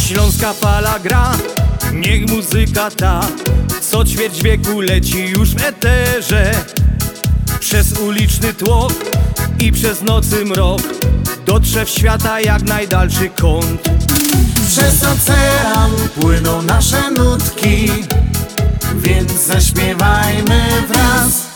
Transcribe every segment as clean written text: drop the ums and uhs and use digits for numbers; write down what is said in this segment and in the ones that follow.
Śląska fala gra, niech muzyka ta co ćwierć wieku leci już w eterze. Przez uliczny tłok i przez nocy mrok dotrze w świata jak najdalszy kąt. Przez ocean płyną nasze nutki, więc zaśpiewajmy wraz.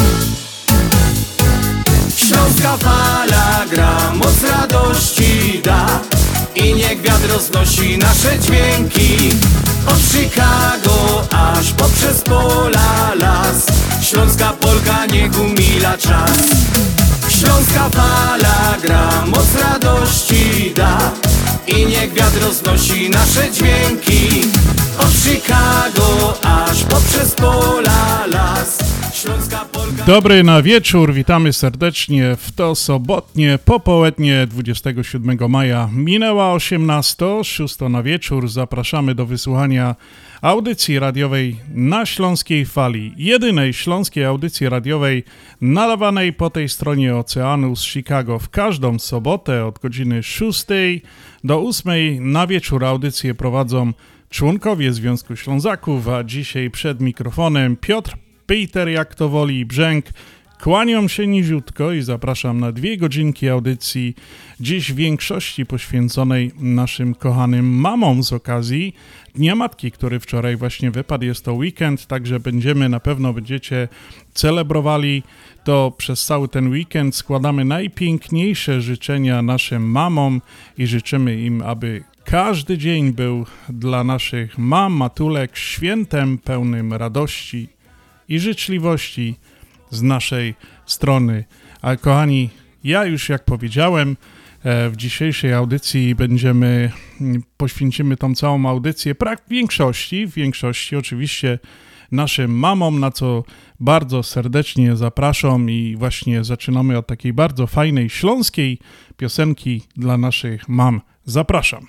Śląska fala gra, moc radości da i niech wiatr roznosi nasze dźwięki. Od Chicago aż poprzez pola, las, śląska polka niech umila czas. Śląska fala gra, moc radości da i niech wiatr roznosi nasze dźwięki. Od Chicago aż poprzez pola, las, śląska polka... Dobry na wieczór, witamy serdecznie w to sobotnie popołudnie 27 maja. Minęła 18, 6 na wieczór. Zapraszamy do wysłuchania audycji radiowej na Śląskiej Fali. Jedynej śląskiej audycji radiowej nadawanej po tej stronie oceanu z Chicago w każdą sobotę od godziny 6 do 8 na wieczór. Audycje prowadzą członkowie Związku Ślązaków, a dzisiaj przed mikrofonem Piotr Peter, jak to woli, Brzęk. Kłaniam się niziutko i zapraszam na 2 godzinki audycji, dziś w większości poświęconej naszym kochanym mamom z okazji Dnia Matki, który wczoraj właśnie wypadł. Jest to weekend, także na pewno będziecie celebrowali to przez cały ten weekend. Składamy najpiękniejsze życzenia naszym mamom i życzymy im, aby każdy dzień był dla naszych mam, matulek świętem pełnym radości i życzliwości z naszej strony. A kochani, ja już jak powiedziałem, w dzisiejszej audycji poświęcimy tą całą audycję w większości oczywiście naszym mamom, na co bardzo serdecznie zapraszam i właśnie zaczynamy od takiej bardzo fajnej śląskiej piosenki dla naszych mam. Zapraszam.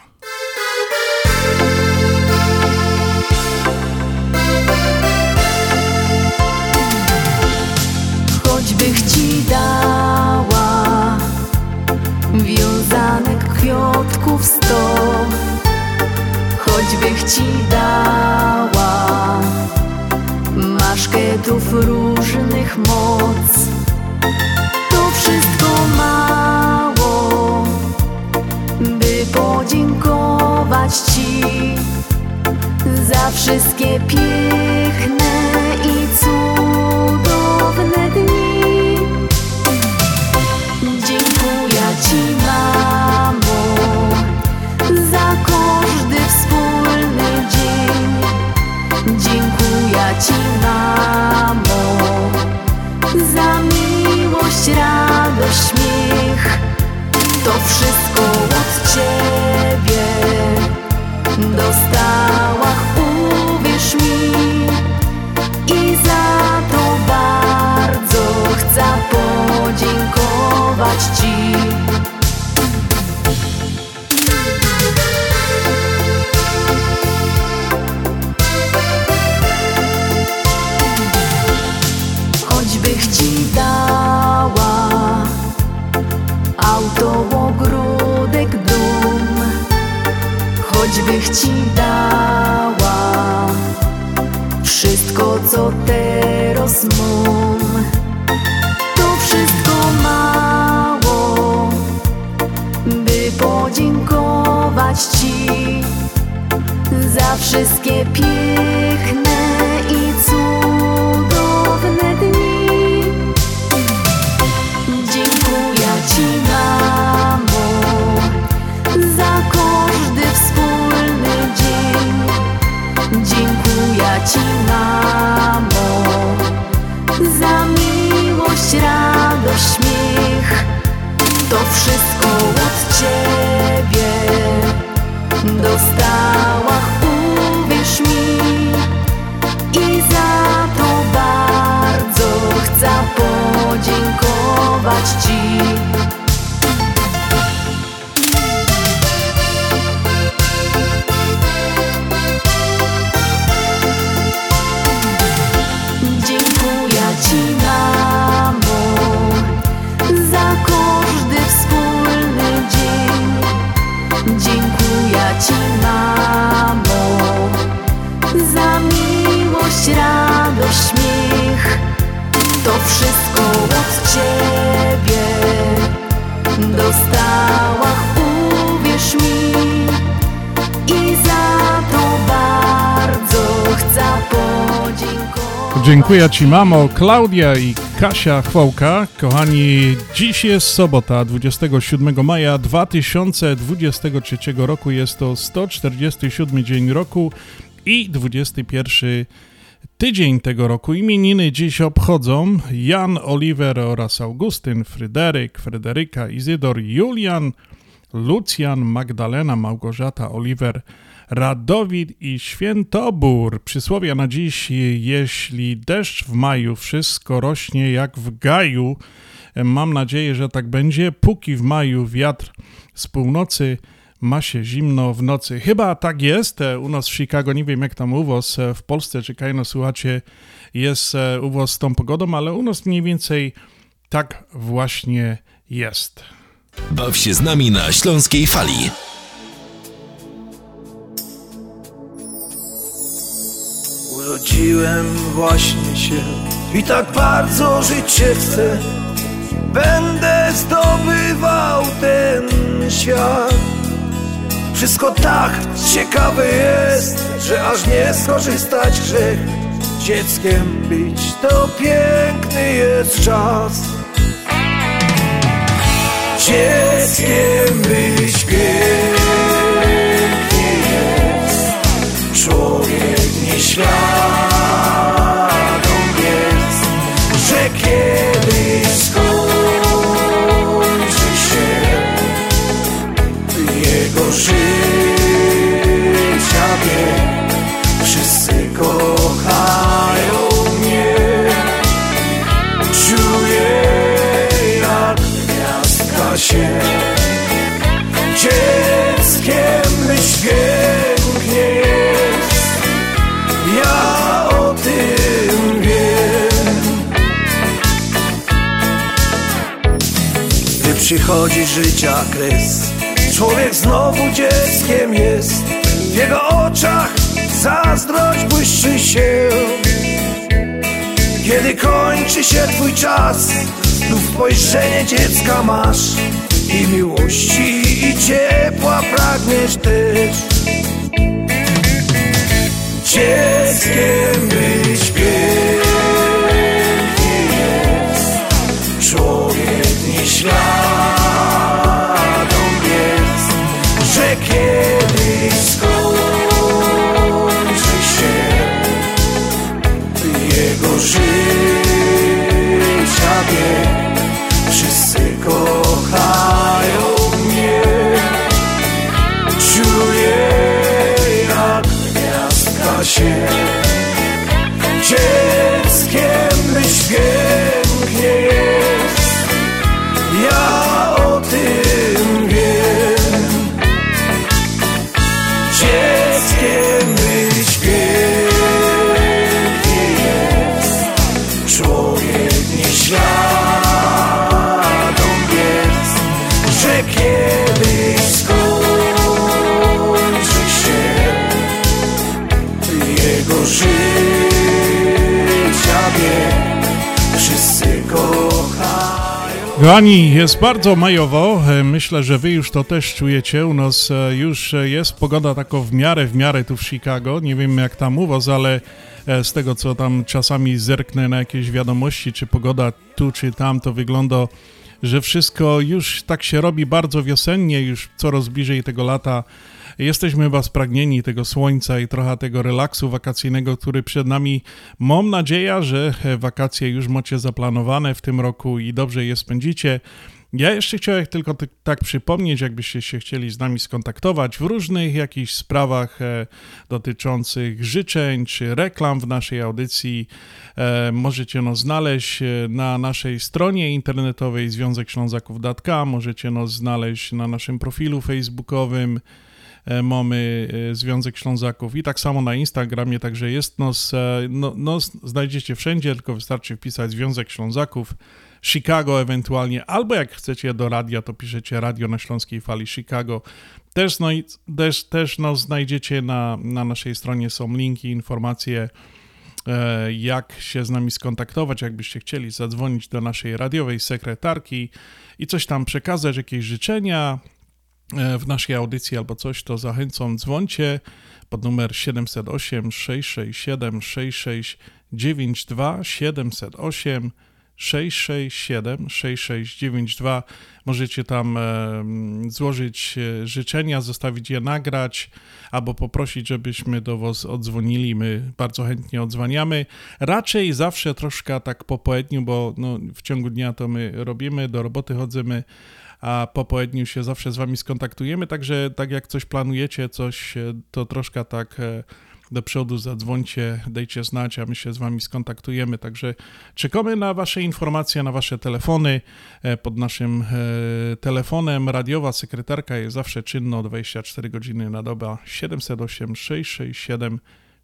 Choćbych ci dała wiązanek kwiatków 100, choćbych ci dała maszketów różnych moc, to wszystko mało, by podziękować ci za wszystkie piękne i cudowne dni. Dziękuję ci, mamo, za każdy wspólny dzień. Dziękuję ci, mamo, za miłość, radość, śmiech. To wszystko od ciebie dostałam, uwierz mi, i za to bardzo chcę podziękować ci. Choćbych ci dała auto, ogródek, dom, choćbych ci dała wszystko, co teraz mam, to wszystko mało, by podziękować ci za wszystkie piękne i cudowne dni. Dziękuję ci, mamo, za każdy wspólny dzień. Dziękuję ci, mamo, za miłość, radość, śmiech. To wszystko od ciebie dostałam, uwierz mi, i za to bardzo chcę podziękować ci. Dziękuję ci, mamo, za każdy wspólny dzień. Dziękuję ci, mamo, Dziękuję Ci, mamo, Klaudia i Kasia Chwołka. Kochani, dziś jest sobota, 27 maja 2023 roku. Jest to 147 dzień roku i 21 tydzień tego roku. Imieniny dziś obchodzą Jan, Oliver oraz Augustyn, Fryderyk, Fryderyka, Izydor, Julian, Lucjan, Magdalena, Małgorzata, Oliver, Radowid i Świętobór. Przysłowia na dziś: jeśli deszcz w maju, wszystko rośnie jak w gaju. Mam nadzieję, że tak będzie. Póki w maju wiatr z północy, ma się zimno w nocy. Chyba tak jest. U nas w Chicago, nie wiem jak tam u was w Polsce, czekaj, słuchacie, jest u was z tą pogodą, ale u nas mniej więcej tak właśnie jest. Baw się z nami na Śląskiej Fali. Urodziłem właśnie się i tak bardzo żyć się chcę. Będę zdobywał ten świat. Wszystko tak ciekawe jest, że aż nie skorzystać grzech. Dzieckiem być to piękny jest czas. Dzieckiem być pięknie jest. Człowiek nieświadom jest, że kiedyś skończy się jego życia bieg. Wszyscy kochają mnie. Czuję, jak gwiazdka się. Dzieckiem być pięknie jest. Ja o tym wiem. Gdy przychodzi życia kres, człowiek znowu dzieckiem jest. W jego oczach zazdrość błyszczy się. Kiedy kończy się twój czas, znów spojrzenie dziecka masz. I miłości i ciepła pragniesz też. Dzieckiem być pięknie jest. Człowiek nieświadom jest, że kiedyś skończy się jego życia bieg. Wszyscy kochają mnie. Czuję, jak gwiazdka się. Dzieckiem być pięknie jest. Ja o tym wiem. Dzieckiem być pięknie jest. Człowiek nieświadom jest, że kiedyś skończy się jego życia bieg. Wszyscy kochają. Kochani, jest bardzo majowo. Myślę, że wy już to też czujecie. U nas już jest pogoda taka w miarę tu w Chicago. Nie wiem jak tam u was, ale z tego co tam czasami zerknę na jakieś wiadomości, czy pogoda tu czy tam, to wygląda, że wszystko już tak się robi bardzo wiosennie, już coraz bliżej tego lata. Jesteśmy chyba spragnieni tego słońca i trochę tego relaksu wakacyjnego, który przed nami. Mam nadzieję, że wakacje już macie zaplanowane w tym roku i dobrze je spędzicie. Ja jeszcze chciałem tylko tak przypomnieć, jakbyście się chcieli z nami skontaktować w różnych jakichś sprawach dotyczących życzeń czy reklam w naszej audycji. Możecie nas znaleźć na naszej stronie internetowej związekślązaków.com, możecie nas znaleźć na naszym profilu facebookowym. Mamy Związek Ślązaków i tak samo na Instagramie, także jest nos znajdziecie wszędzie, tylko wystarczy wpisać Związek Ślązaków, Chicago ewentualnie, albo jak chcecie do radia, to piszecie Radio na Śląskiej Fali Chicago. Też nos znajdziecie na naszej stronie, są linki, informacje, jak się z nami skontaktować, jakbyście chcieli zadzwonić do naszej radiowej sekretarki i coś tam przekazać, jakieś życzenia w naszej audycji albo coś, to zachęcam, dzwońcie pod numer 708 667 66 92 708 667 6692. Możecie tam złożyć życzenia, zostawić je nagrać, albo poprosić, żebyśmy do was odzwonili. My bardzo chętnie odzwaniamy. Raczej zawsze troszkę tak po południu, bo w ciągu dnia to my robimy, do roboty chodzimy, a po południu się zawsze z wami skontaktujemy, także tak jak coś planujecie, coś, to troszkę tak do przodu zadzwońcie, dajcie znać, a my się z wami skontaktujemy, także czekamy na wasze informacje, na wasze telefony. Pod naszym telefonem radiowa sekretarka jest zawsze czynna 24 godziny na dobę 708 667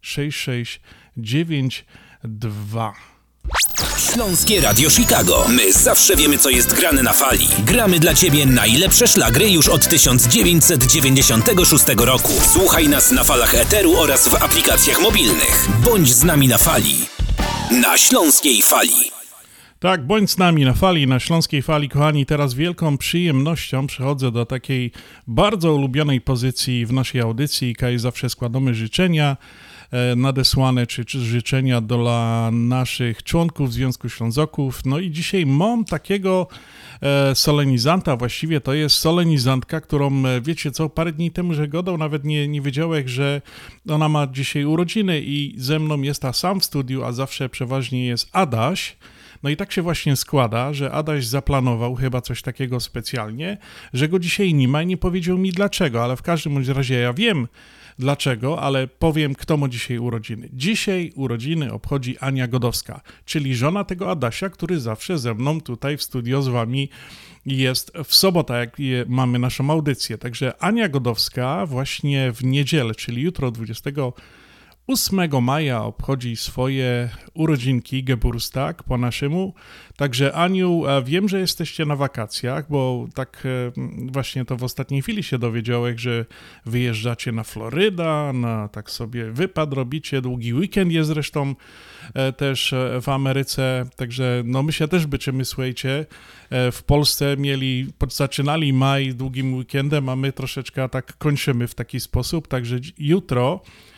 6692. Śląskie Radio Chicago. My zawsze wiemy, co jest grane na fali. Gramy dla Ciebie najlepsze szlagry już od 1996 roku. Słuchaj nas na falach eteru oraz w aplikacjach mobilnych. Bądź z nami na fali. Na Śląskiej Fali. Tak, bądź z nami na fali, na Śląskiej Fali, kochani. Teraz wielką przyjemnością przechodzę do takiej bardzo ulubionej pozycji w naszej audycji, kiedy zawsze składamy życzenia nadesłane, czy życzenia dla naszych członków Związku Ślązoków. No i dzisiaj mam takiego solenizanta, właściwie to jest solenizantka, którą, wiecie co, parę dni temu, że gadał, nawet nie wiedziałem, że ona ma dzisiaj urodziny i ze mną jest ta sam w studiu, a zawsze przeważnie jest Adaś. No i tak się właśnie składa, że Adaś zaplanował chyba coś takiego specjalnie, że go dzisiaj nie ma i nie powiedział mi dlaczego, ale w każdym bądź razie ja wiem dlaczego, ale powiem, kto ma dzisiaj urodziny. Dzisiaj urodziny obchodzi Ania Godowska, czyli żona tego Adasia, który zawsze ze mną tutaj w studio z wami jest w sobotę, jak mamy naszą audycję. Także Ania Godowska właśnie w niedzielę, czyli jutro 28 maja obchodzi swoje urodzinki, Geburtstag po naszemu. Także Aniu, wiem, że jesteście na wakacjach, bo tak właśnie to w ostatniej chwili się dowiedziałem, że wyjeżdżacie na Floryda, na tak sobie wypad robicie, długi weekend jest zresztą też w Ameryce, także no my się też byczymy, słuchajcie, w Polsce zaczynali maj długim weekendem, a my troszeczkę tak kończymy w taki sposób, także jutro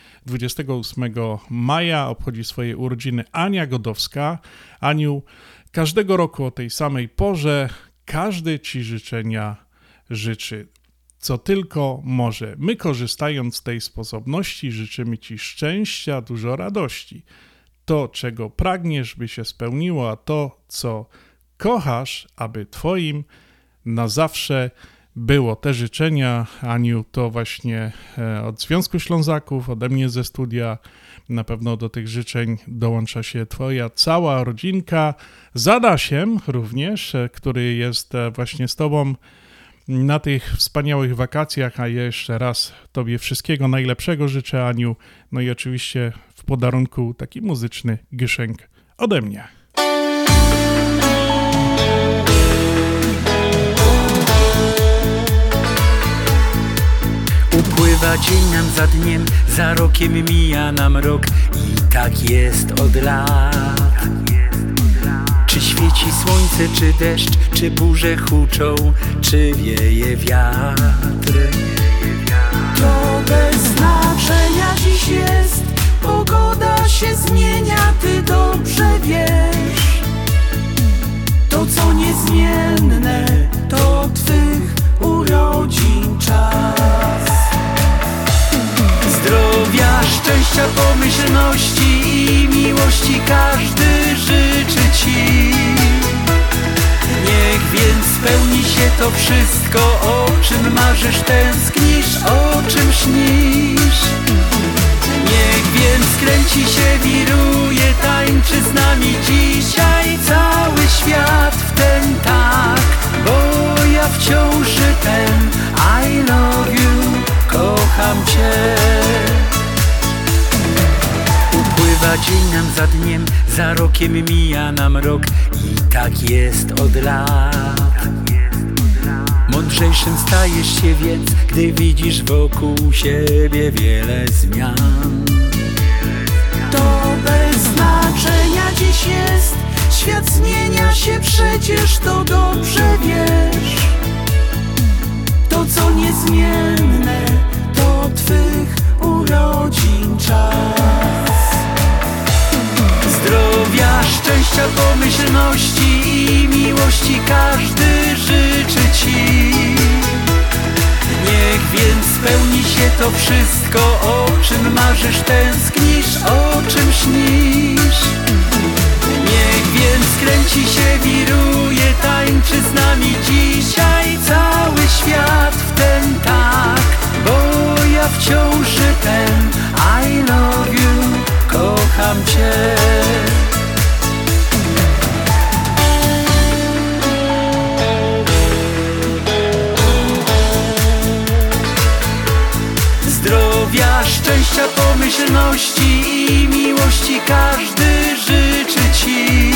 28 maja obchodzi swoje urodziny Ania Godowska. Aniu, każdego roku o tej samej porze każdy ci życzenia życzy, co tylko może. My, korzystając z tej sposobności, życzymy ci szczęścia, dużo radości. To, czego pragniesz, by się spełniło, a to, co kochasz, aby twoim na zawsze było. Te życzenia, Aniu, to właśnie od Związku Ślązaków, ode mnie ze studia. Na pewno do tych życzeń dołącza się twoja cała rodzinka, z Adasiem również, który jest właśnie z tobą na tych wspaniałych wakacjach, a jeszcze raz tobie wszystkiego najlepszego życzę, Aniu. No i oczywiście w podarunku taki muzyczny gyszenk ode mnie. Upływa dzień nam za dniem, za rokiem mija nam rok i tak jest od lat. Czy świeci słońce, czy deszcz, czy burze huczą, czy wieje wiatr. To bez znaczenia dziś jest, pogoda się zmienia, ty dobrze wiesz. To co niezmienne, to twych urodzin czas. Zdrowia, szczęścia, pomyślności i miłości każdy życzy ci. Niech więc spełni się to wszystko, o czym marzysz, tęsknisz, o czym śnisz. Niech więc kręci się, wiruje, tańczy z nami dzisiaj cały świat w ten takt, bo ja wciąż ten I love you, kocham cię. Upływa dzień nam za dniem, za rokiem mija nam rok i tak jest od lat. Mądrzejszym stajesz się więc, gdy widzisz wokół siebie wiele zmian. To bez znaczenia dziś jest, świat zmienia się przecież, to dobrze wiesz. To co niezmienne, to twych urodzin czas. pomyślności i miłości każdy życzy Ci. Niech więc spełni się to wszystko, o czym marzysz, tęsknisz, o czym śnisz. Niech więc kręci się, wiruje, tańczy z nami dzisiaj cały świat w ten tak, bo ja wciąż ten I love you, kocham Cię. Zdrowia, szczęścia, pomyślności i miłości każdy życzy Ci.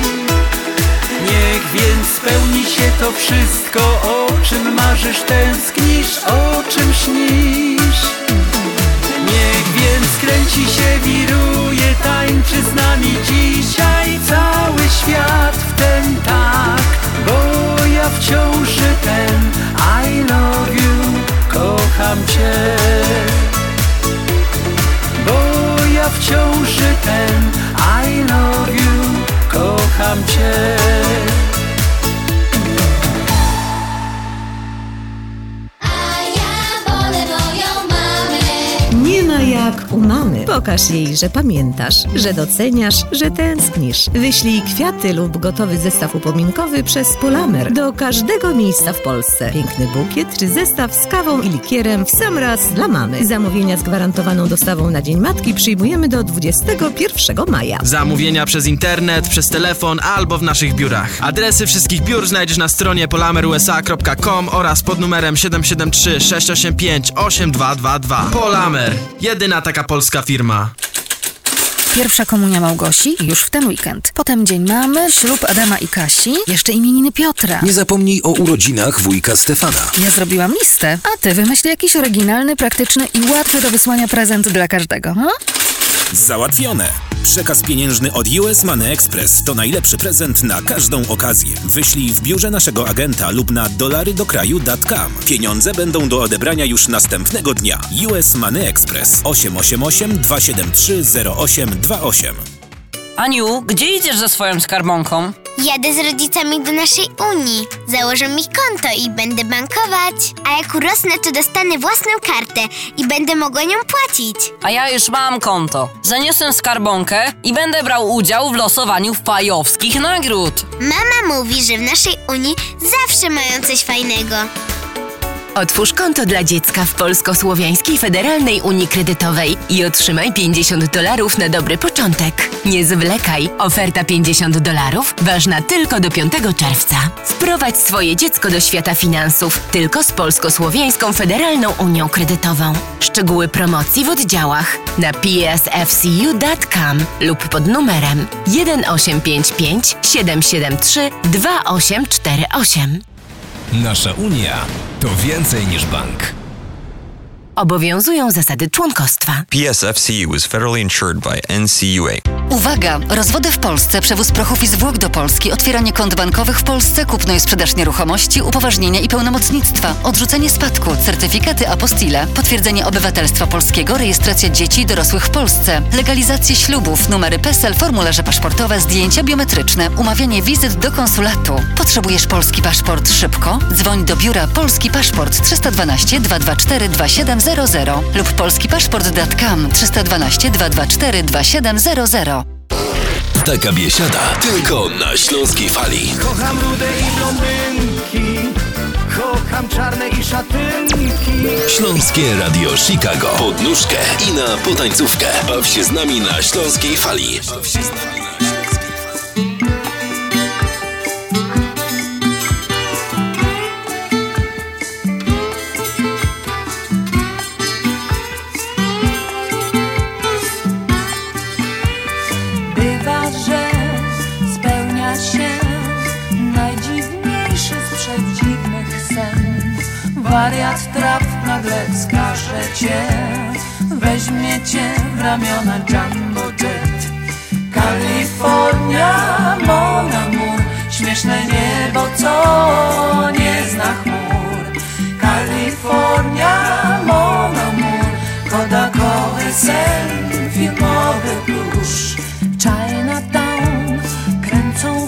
Niech więc spełni się to wszystko, o czym marzysz, tęsknisz, o czym śnisz. Niech więc kręci się, wiruje, tańczy z nami dzisiaj cały świat w ten tak, bo ja wciąż ten I love you, kocham Cię. Bo ja wciąż ten I love you, kocham Cię. Nie ma jak u mamy. Pokaż jej, że pamiętasz, że doceniasz, że tęsknisz. Wyślij kwiaty lub gotowy zestaw upominkowy przez Polamer do każdego miejsca w Polsce. Piękny bukiet czy zestaw z kawą i likierem w sam raz dla mamy. Zamówienia z gwarantowaną dostawą na Dzień Matki przyjmujemy do 21 maja. Zamówienia przez internet, przez telefon albo w naszych biurach. Adresy wszystkich biur znajdziesz na stronie polamerusa.com oraz pod numerem 773 685 8222. Polamer. Jedyna taka polska firma. Pierwsza komunia Małgosi już w ten weekend. Potem dzień mamy, ślub Adama i Kasi, jeszcze imieniny Piotra. Nie zapomnij o urodzinach wujka Stefana. Ja zrobiłam listę, a ty wymyśl jakiś oryginalny, praktyczny i łatwy do wysłania prezent dla każdego. Załatwione! Przekaz pieniężny od US Money Express to najlepszy prezent na każdą okazję. Wyślij w biurze naszego agenta lub na dolarydokraju.com. Pieniądze będą do odebrania już następnego dnia. US Money Express 888 273 0828. Aniu, gdzie idziesz ze swoją skarbonką? Jadę z rodzicami do naszej Unii. Założę mi konto i będę bankować. A jak urosnę, to dostanę własną kartę i będę mogła nią płacić. A ja już mam konto. Zaniosę skarbonkę i będę brał udział w losowaniu fajowskich nagród. Mama mówi, że w naszej Unii zawsze mają coś fajnego. Otwórz konto dla dziecka w Polsko-Słowiańskiej Federalnej Unii Kredytowej i otrzymaj $50 na dobry początek. Nie zwlekaj. Oferta $50 ważna tylko do 5 czerwca. Wprowadź swoje dziecko do świata finansów tylko z Polsko-Słowiańską Federalną Unią Kredytową. Szczegóły promocji w oddziałach na psfcu.com lub pod numerem 1855 773 2848. Nasza Unia to więcej niż bank. Obowiązują zasady członkostwa. PSFCU is federally insured by NCUA. Uwaga! Rozwody w Polsce, przewóz prochów i zwłok do Polski, otwieranie kont bankowych w Polsce, kupno i sprzedaż nieruchomości, upoważnienia i pełnomocnictwa, odrzucenie spadku, certyfikaty apostille, potwierdzenie obywatelstwa polskiego, rejestracja dzieci i dorosłych w Polsce, legalizację ślubów, numery PESEL, formularze paszportowe, zdjęcia biometryczne, umawianie wizyt do konsulatu. Potrzebujesz polski paszport szybko? Dzwoń do biura Polski Paszport 312 224 2700 lub polskipaszport.com 312 224 2700. Taka biesiada tylko na Śląskiej Fali. Kocham rude i blondynki, kocham czarne i szatynki. Śląskie Radio Chicago. Pod nóżkę i na potańcówkę. Baw się z nami na Śląskiej Fali. Wariat traf nagle wskaże cię, weźmie cię w ramiona Jumbo Jet. Kalifornia, mon amour, śmieszne niebo, co nie zna chmur. Kalifornia, mon amour, kodakowy sen, filmowy plusz. Chinatown, kręcą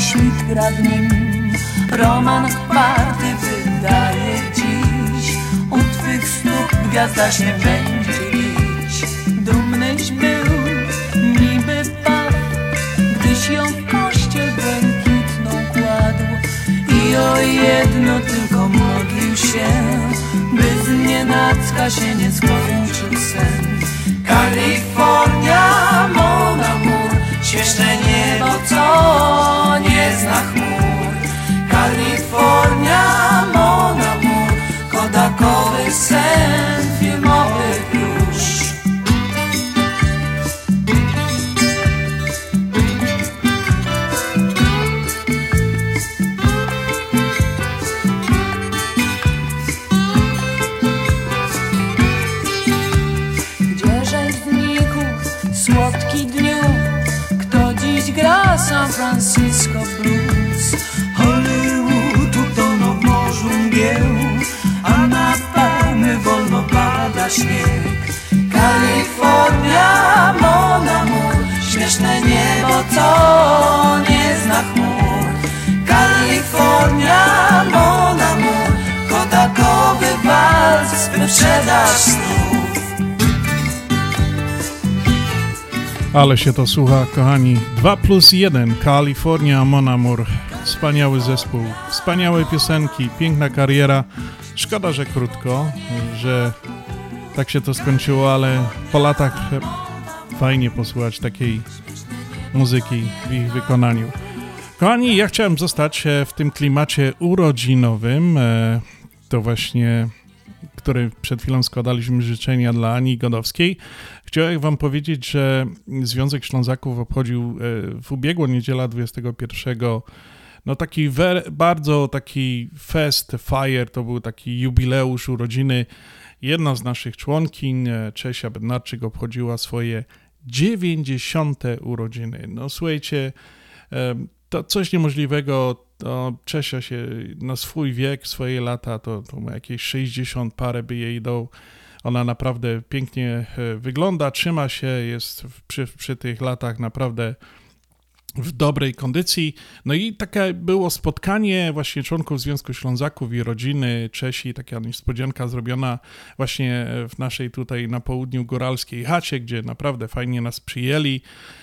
Schmidt gra w nim. Roman warty wydaje dziś, u twych stóp gwiazda się będzie bić. Dumnyś był, niby paw, gdyś ją w kościel błękitną kładł. I o jedno tylko modlił się, by znienacka się nie skończył sen. Kalifornia, mon amour, śmieszne niebo, co nie zna chmur. Kalifornia, mon amour, kodakowy sen filmowy już. Gdzieżeś znikł, słodki dniu, kto dziś gra San Francisco Blues? Hollywood utonął w morzu mgieł, a na palmy wolno pada śnieg. Kalifornia, mon amour, śmieszne niebo, co nie zna chmur. Kalifornia, mon amour, kodakowy wals, wyprzedaż snów. Ale się to słucha, kochani. 2+1, California, Mon Amour. Wspaniały zespół, wspaniałe piosenki, piękna kariera. Szkoda, że krótko, że tak się to skończyło, ale po latach fajnie posłuchać takiej muzyki w ich wykonaniu. Kochani, ja chciałem zostać w tym klimacie urodzinowym. To właśnie, który przed chwilą składaliśmy życzenia dla Ani Godowskiej. Chciałem wam powiedzieć, że Związek Ślązaków obchodził w ubiegłą niedzielę 21 taki bardzo taki fest, fire, to był taki jubileusz urodziny. Jedna z naszych członkiń, Czesia Bednarczyk, obchodziła swoje 90. urodziny. No słuchajcie, to coś niemożliwego. To Czesia się na swój wiek, swoje lata, to ma jakieś 60 parę by jej dał. Ona naprawdę pięknie wygląda, trzyma się, jest przy tych latach naprawdę w dobrej kondycji. No i takie było spotkanie właśnie członków Związku Ślązaków i rodziny Czesi, taka niespodzianka zrobiona właśnie w naszej tutaj na południu góralskiej chacie, gdzie naprawdę fajnie nas przyjęli.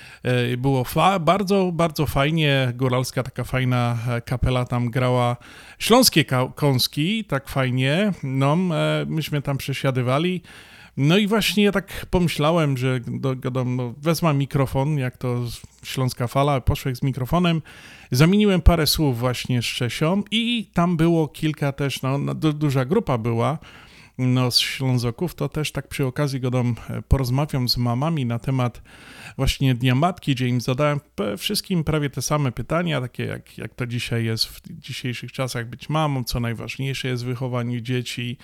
Było bardzo, bardzo fajnie, góralska taka fajna kapela tam grała śląskie kąski, tak fajnie, no myśmy tam przesiadywali. No i właśnie ja tak pomyślałem, że wezmę mikrofon, jak to Śląska Fala, poszłem z mikrofonem, zamieniłem parę słów właśnie z Czesią i tam było kilka też, duża grupa była, z Ślązoków, to też tak przy okazji porozmawiam z mamami na temat właśnie Dnia Matki, gdzie im zadałem wszystkim prawie te same pytania, takie jak to dzisiaj jest w dzisiejszych czasach być mamą, co najważniejsze jest w wychowaniu dzieci,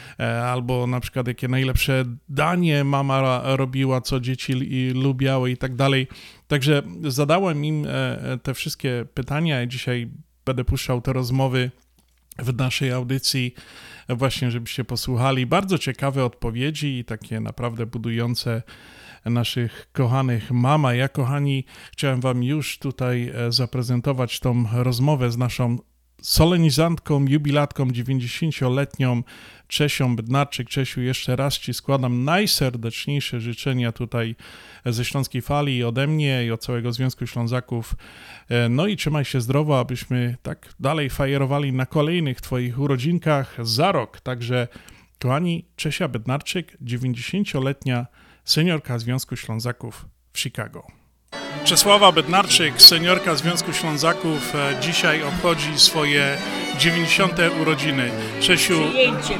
albo na przykład jakie najlepsze danie mama robiła, co dzieci lubiały i tak dalej. Także zadałem im te wszystkie pytania i dzisiaj będę puszczał te rozmowy w naszej audycji właśnie, żebyście posłuchali. Bardzo ciekawe odpowiedzi i takie naprawdę budujące naszych kochanych mam. A ja, kochani, chciałem wam już tutaj zaprezentować tą rozmowę z naszą solenizantką, jubilatką 90-letnią Czesią Bednarczyk. Czesiu, jeszcze raz ci składam najserdeczniejsze życzenia tutaj ze Śląskiej Fali i ode mnie i od całego Związku Ślązaków. No i trzymaj się zdrowo, abyśmy tak dalej fajerowali na kolejnych twoich urodzinkach za rok. Także, kochani, Czesia Bednarczyk, 90-letnia seniorka Związku Ślązaków w Chicago. Czesława Bednarczyk, seniorka Związku Ślązaków, dzisiaj obchodzi swoje 90. urodziny. Czesiu... Przyjęcie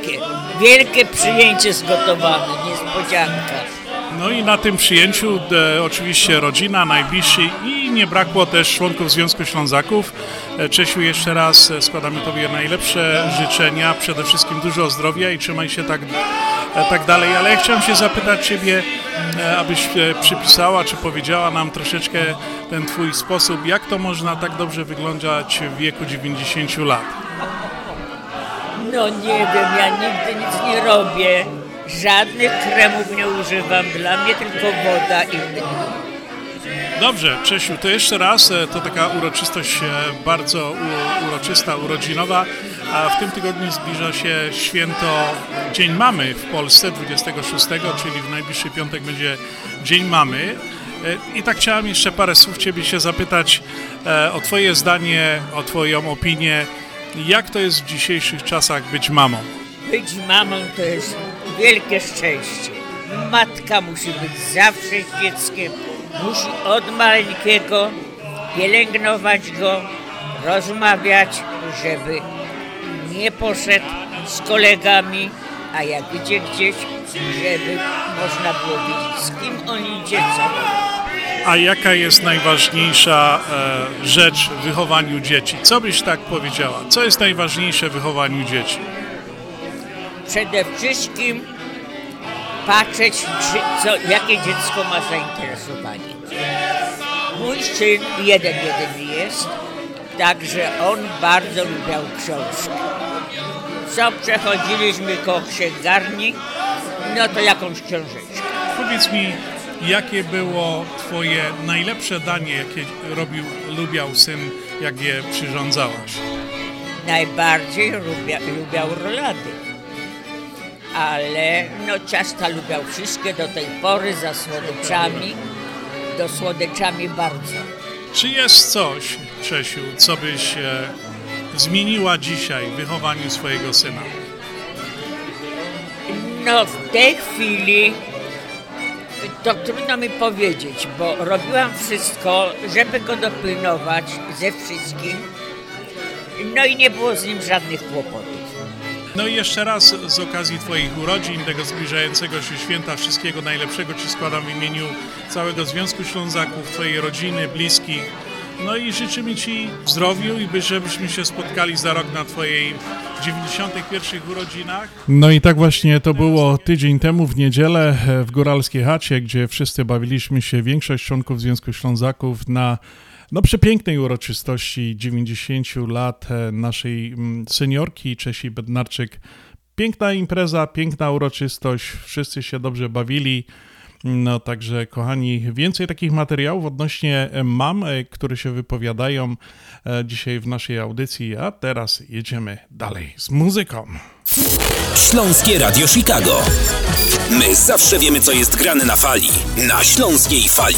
wielkie przyjęcie zgotowane, niespodzianka. No i na tym przyjęciu oczywiście rodzina, najbliżsi i nie brakło też członków Związku Ślązaków. Czesiu, jeszcze raz składamy tobie najlepsze życzenia, przede wszystkim dużo zdrowia i trzymaj się tak dalej, ale ja chciałem się zapytać ciebie, abyś przypisała, czy powiedziała nam troszeczkę ten twój sposób, jak to można tak dobrze wyglądać w wieku 90 lat? No nie wiem, ja nigdy nic nie robię, żadnych kremów nie używam, dla mnie tylko woda i... Dobrze, Czesiu, to jeszcze raz, to taka uroczystość bardzo uroczysta, urodzinowa, a w tym tygodniu zbliża się święto Dzień Mamy w Polsce, 26, czyli w najbliższy piątek będzie Dzień Mamy. I tak chciałem jeszcze parę słów Ciebie się zapytać o Twoje zdanie, o Twoją opinię. Jak to jest w dzisiejszych czasach być mamą? Być mamą to jest wielkie szczęście. Matka musi być zawsze z dzieckiem, musi od maleńkiego pielęgnować go, rozmawiać, żeby nie poszedł z kolegami, a jak idzie gdzieś, żeby można było wiedzieć, z kim on idzie, co. A jaka jest najważniejsza rzecz w wychowaniu dzieci? Co byś tak powiedziała? Co jest najważniejsze w wychowaniu dzieci? Przede wszystkim patrzeć, jakie dziecko ma zainteresowanie. Mój syn jeden jest, także on bardzo lubiał książki. Co przechodziliśmy koło księgarni, no to jakąś książeczkę. Powiedz mi, jakie było Twoje najlepsze danie, jakie lubiał syn, jak je przyrządzałaś? Najbardziej lubiał rolady. Ale no ciasta lubiał wszystkie do tej pory, za słodyczami, do słodyczami bardzo. Czy jest coś, Czesiu, co byś zmieniła dzisiaj w wychowaniu swojego syna? No w tej chwili to trudno mi powiedzieć, bo robiłam wszystko, żeby go dopilnować ze wszystkim, no i nie było z nim żadnych kłopotów. No i jeszcze raz z okazji Twoich urodzin, tego zbliżającego się święta, wszystkiego najlepszego Ci składam w imieniu całego Związku Ślązaków, Twojej rodziny, bliskich. No i życzymy Ci zdrowiu i żebyśmy się spotkali za rok na Twojej 91. urodzinach. No i tak właśnie to było tydzień temu w niedzielę w Góralskiej Chacie, gdzie wszyscy bawiliśmy się, większość członków Związku Ślązaków na przepięknej uroczystości 90 lat naszej seniorki Czesi Bednarczyk. Piękna impreza, piękna uroczystość, wszyscy się dobrze bawili. No także, kochani, więcej takich materiałów odnośnie mam, które się wypowiadają dzisiaj w naszej audycji, a teraz jedziemy dalej z muzyką. Śląskie Radio Chicago. My zawsze wiemy, co jest grane na fali. Na Śląskiej Fali.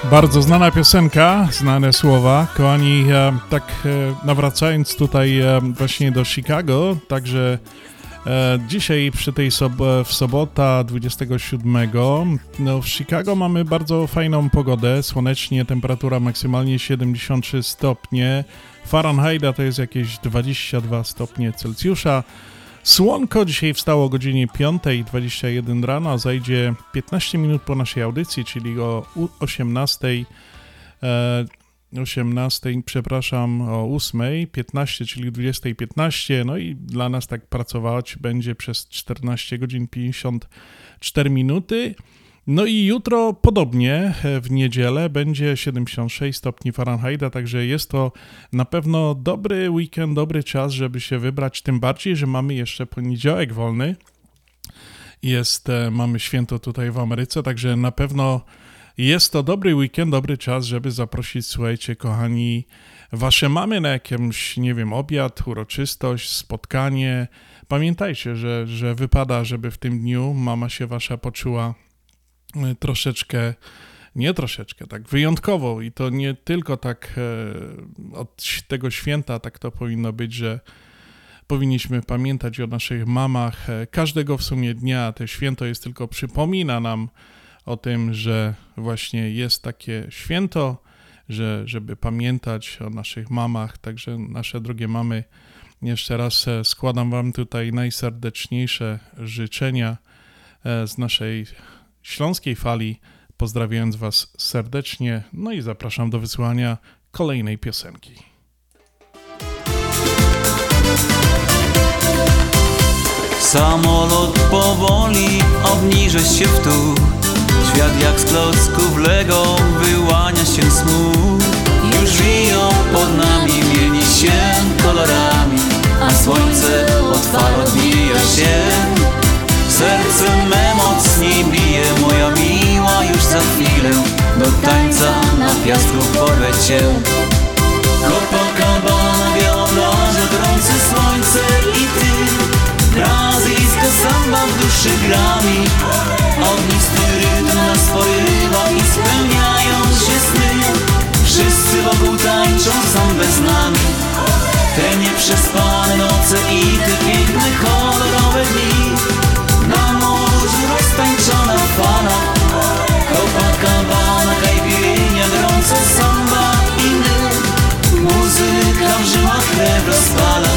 Bardzo znana piosenka, znane słowa. Kochani, nawracając tutaj właśnie do Chicago, także dzisiaj przy tej w sobota 27, no w Chicago mamy bardzo fajną pogodę, słonecznie, temperatura maksymalnie 73 stopnie Fahrenheita, to jest jakieś 22 stopnie Celsjusza. Słonko dzisiaj wstało o godzinie 5:21 rano, a zajdzie 15 minut po naszej audycji, czyli o 8:15, czyli 20:15, no i dla nas tak pracować będzie przez 14 godzin 54 minuty. No i jutro podobnie, w niedzielę będzie 76 stopni Fahrenheita, także jest to na pewno dobry weekend, dobry czas, żeby się wybrać, tym bardziej, że mamy jeszcze poniedziałek wolny. Mamy święto tutaj w Ameryce, także na pewno jest to dobry weekend, dobry czas, żeby zaprosić, słuchajcie, kochani, wasze mamy na jakimś, nie wiem, obiad, uroczystość, spotkanie. Pamiętajcie, że wypada, żeby w tym dniu mama się wasza poczuła tak wyjątkowo i to nie tylko tak od tego święta, tak to powinno być, że powinniśmy pamiętać o naszych mamach każdego w sumie dnia. To święto jest tylko przypomina nam o tym, że właśnie jest takie święto, żeby pamiętać o naszych mamach, także nasze drogie mamy, jeszcze raz składam wam tutaj najserdeczniejsze życzenia z naszej śląskiej fali, pozdrawiając was serdecznie, no i zapraszam do wysłuchania kolejnej piosenki. Samolot powoli obniża się w dół, świat jak z klocków Lego wyłania się smug. Już wiją pod nami, mieni się kolorami, a słońce od fal odbija się. Serce me mocniej bije, moja miła, już za chwilę do tańca na piasku porwę cię. Copacabana, biała plaża, gorące słońce i ty. Brazylijska samba w duszy grami, ognisty rytm nas porywa i spełniają się sny. Wszyscy wokół tańczą sambę z nami, te nieprzespane noce i te piękne kolorowe dni. Na morzu roztańczona fala, Copacabana, caipirinha, gorące samba i my. Muzyka w żyłach krew rozpala.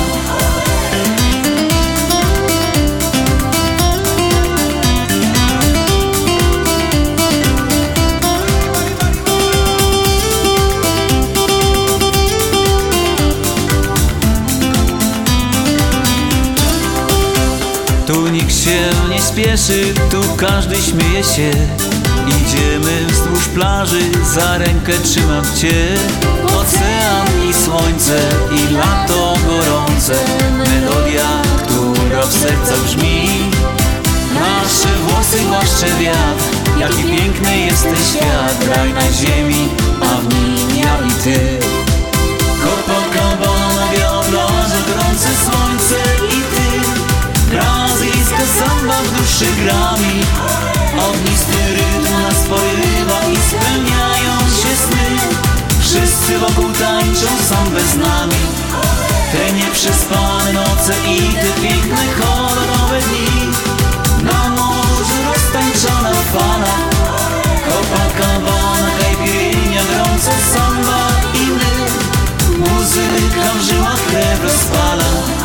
Tu nikt się nie śpieszy, tu każdy śmieje się. Idziemy wzdłuż plaży, za rękę trzymam cię. Ocean i słońce i lato gorące, melodia, która w sercach brzmi. Nasze włosy głaszcze wiatr, jaki piękny jest ten świat. Raj na ziemi, a w nim ja i ty. Copacabana, biała plaża, gorące słońce i ty. Brazylijska samba w duszy grami, ognisty rytm nas porywa i spełniają się sny. Wszyscy wokół tańczą sambę z nami, te nieprzespane noce i te piękne kolorowe dni. Na morzu roztańczona fala, Copacabana, caipirinha, gorące samba i my. Muzyka w żyłach krew rozpala.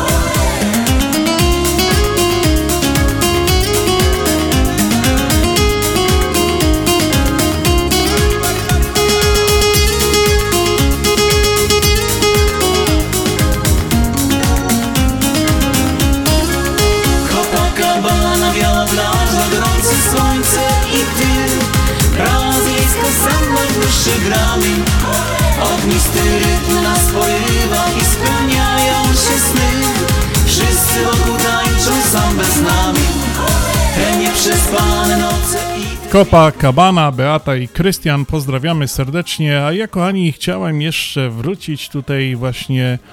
Biała plaża, gorące słońce i ty. Brazylijska samba w duszy grami, ognisty rytm nas porywa i spełniają się sny. Wszyscy wokół tańczą sambę z nami, te nieprzespane noce i... Copacabana, Beata i Krystian, pozdrawiamy serdecznie, a ja, kochani, chciałem jeszcze wrócić tutaj właśnie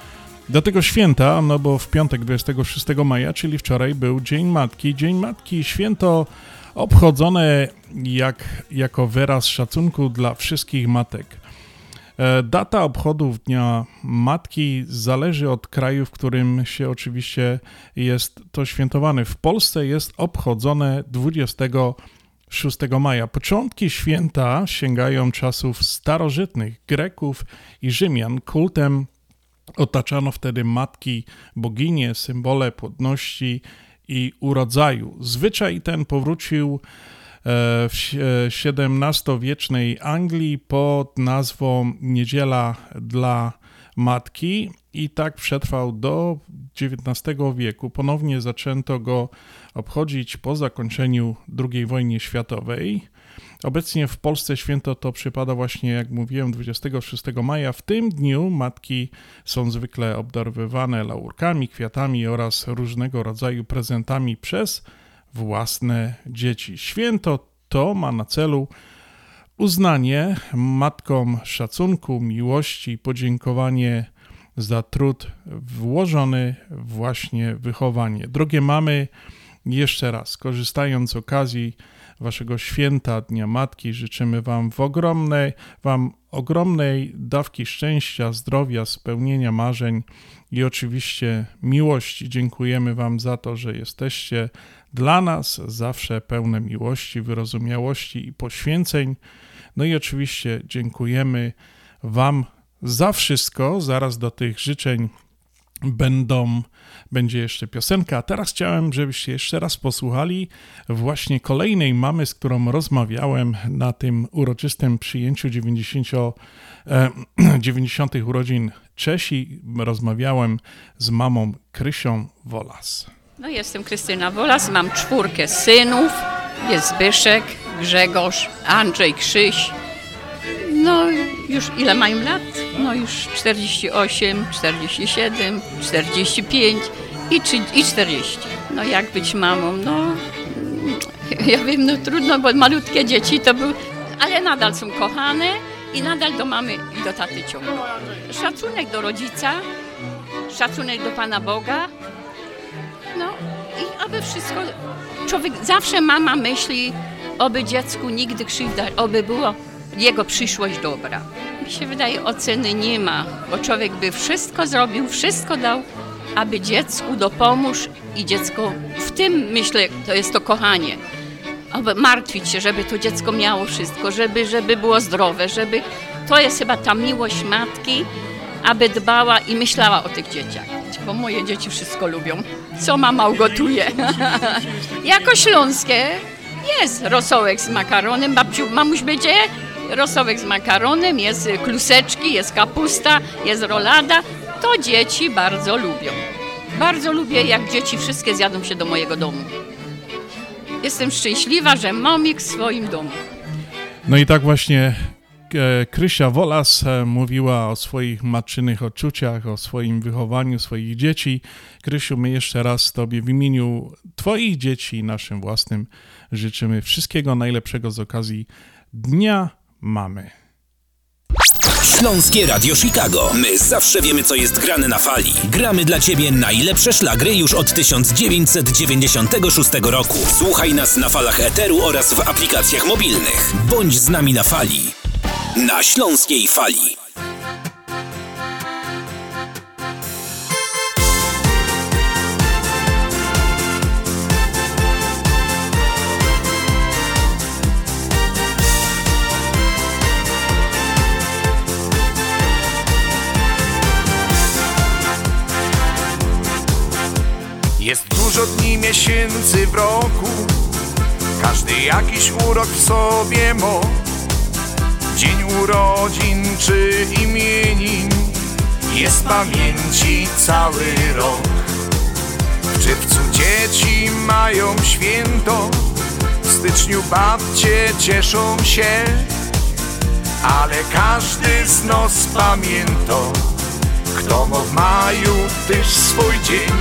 do tego święta, no bo w piątek 26 maja, czyli wczoraj, był Dzień Matki. Dzień Matki, święto obchodzone jako wyraz szacunku dla wszystkich matek. Data obchodów Dnia Matki zależy od kraju, w którym się oczywiście jest to świętowane. W Polsce jest obchodzone 26 maja. Początki święta sięgają czasów starożytnych Greków i Rzymian. Kultem otaczano wtedy matki, boginie, symbole płodności i urodzaju. Zwyczaj ten powrócił w XVII-wiecznej Anglii pod nazwą Niedziela dla Matki i tak przetrwał do XIX wieku. Ponownie zaczęto go obchodzić po zakończeniu II wojny światowej. Obecnie w Polsce święto to przypada właśnie, jak mówiłem, 26 maja. W tym dniu matki są zwykle obdarowywane laurkami, kwiatami oraz różnego rodzaju prezentami przez własne dzieci. Święto to ma na celu uznanie matkom szacunku, miłości, podziękowanie za trud włożony właśnie w wychowanie. Drogie mamy, jeszcze raz, korzystając z okazji Waszego święta Dnia Matki, życzymy Wam ogromnej dawki szczęścia, zdrowia, spełnienia marzeń i oczywiście miłości. Dziękujemy Wam za to, że jesteście dla nas zawsze pełne miłości, wyrozumiałości i poświęceń. No i oczywiście dziękujemy Wam za wszystko. Zaraz do tych życzeń będzie jeszcze piosenka, a teraz chciałem, żebyście jeszcze raz posłuchali właśnie kolejnej mamy, z którą rozmawiałem na tym uroczystym przyjęciu 90. urodzin Czesi. Rozmawiałem z mamą Krysią Wolas. No, jestem Krystyna Wolas, mam 4 synów, jest Zbyszek, Grzegorz, Andrzej, Krzyś. No już ile mają lat? No już 48, 47, 45 i 40. No jak być mamą? No ja wiem, no trudno, bo malutkie dzieci to były, ale nadal są kochane i nadal do mamy i do taty ciągną. Szacunek do rodzica, szacunek do Pana Boga. No i aby wszystko, człowiek, zawsze mama myśli, oby dziecku nigdy krzywda, oby było jego przyszłość dobra. Mi się wydaje, oceny nie ma, bo człowiek by wszystko zrobił, wszystko dał, aby dziecku dopomóż i dziecko, w tym myślę, to jest to kochanie. Aby martwić się, żeby to dziecko miało wszystko, żeby było zdrowe, to jest chyba ta miłość matki, aby dbała i myślała o tych dzieciach. Bo moje dzieci wszystko lubią. Co mama ugotuje? Jako śląskie jest rosołek z makaronem. Babciu, mamuś będzie rosołek z makaronem, jest kluseczki, jest kapusta, jest rolada. To dzieci bardzo lubią. Bardzo lubię, jak dzieci wszystkie zjadą się do mojego domu. Jestem szczęśliwa, że mam ich w swoim domu. No i tak właśnie Krysia Wolas mówiła o swoich matczynych odczuciach, o swoim wychowaniu swoich dzieci. Krysiu, my jeszcze raz Tobie w imieniu Twoich dzieci i naszym własnym życzymy wszystkiego najlepszego z okazji Dnia Mamy. Śląskie Radio Chicago. My zawsze wiemy, co jest grane na fali. Gramy dla Ciebie najlepsze szlagry już od 1996 roku. Słuchaj nas na falach eteru oraz w aplikacjach mobilnych. Bądź z nami na fali. Na Śląskiej Fali. Jest dużo dni, miesięcy w roku, każdy jakiś urok w sobie ma. Dzień urodzin czy imienin, jest pamięci cały rok. W czerwcu dzieci mają święto, w styczniu babcie cieszą się, ale każdy z nas pamięta, kto ma w maju też swój dzień.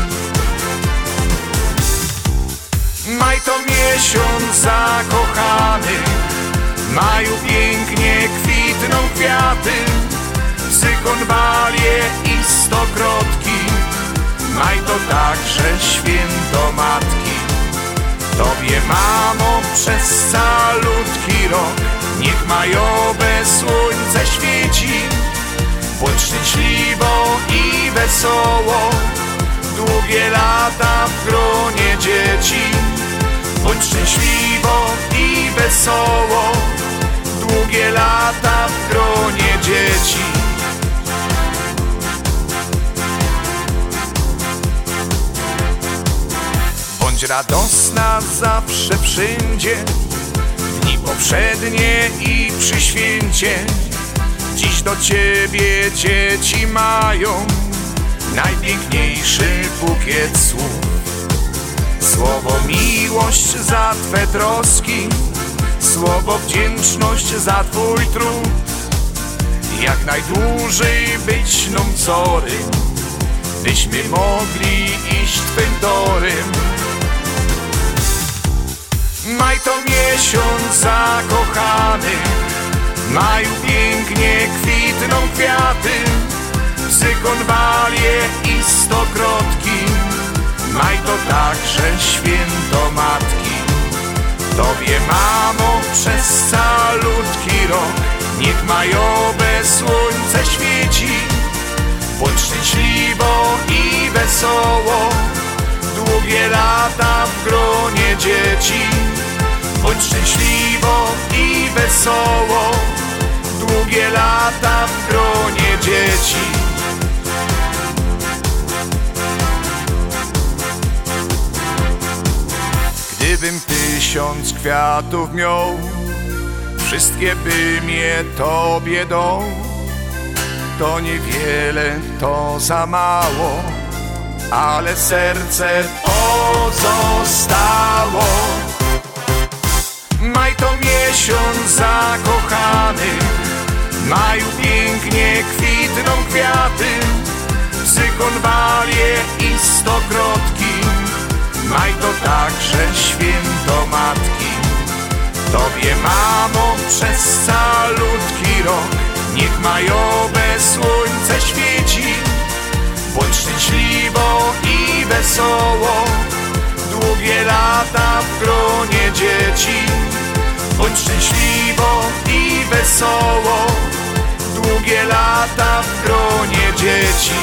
Maj to miesiąc zakochany, w maju pięknie kwitną kwiaty, psy konwalie i stokrotki, Maj to także święto matki. Tobie, mamo, przez calutki rok niech majowe słońce świeci. Bądź szczęśliwo i wesoło, długie lata w gronie dzieci. Bądź szczęśliwo i wesoło, długie lata w gronie dzieci. Bądź radosna zawsze wszędzie, dni poprzednie i przy święcie. Dziś do ciebie dzieci mają najpiękniejszy bukiet słów. Słowo miłość za twe troski, słowo wdzięczność za twój trud. Jak najdłużej być nam corym, byśmy mogli iść twym torem. Maj to miesiąc zakochanych, w maju pięknie kwitną kwiaty, psy konwalie i stokrotki. Maj to także święto matki. Tobie, mamo, przez calutki rok niech majowe słońce świeci. Bądź szczęśliwo i wesoło, długie lata w gronie dzieci. Bądź szczęśliwo i wesoło, długie lata w gronie dzieci. Gdybym 1000 kwiatów miał, wszystkie bym je tobie dał. To niewiele, to za mało, ale serce pozostało. Maj to miesiąc zakochanych, w maju pięknie kwitną kwiaty, psy konwalie i stokrotki. Maj to także święto matki. Tobie, mamo, przez calutki rok niech majowe słońce świeci. Bądź szczęśliwo i wesoło, długie lata w gronie dzieci. Bądź szczęśliwo i wesoło, długie lata w gronie dzieci.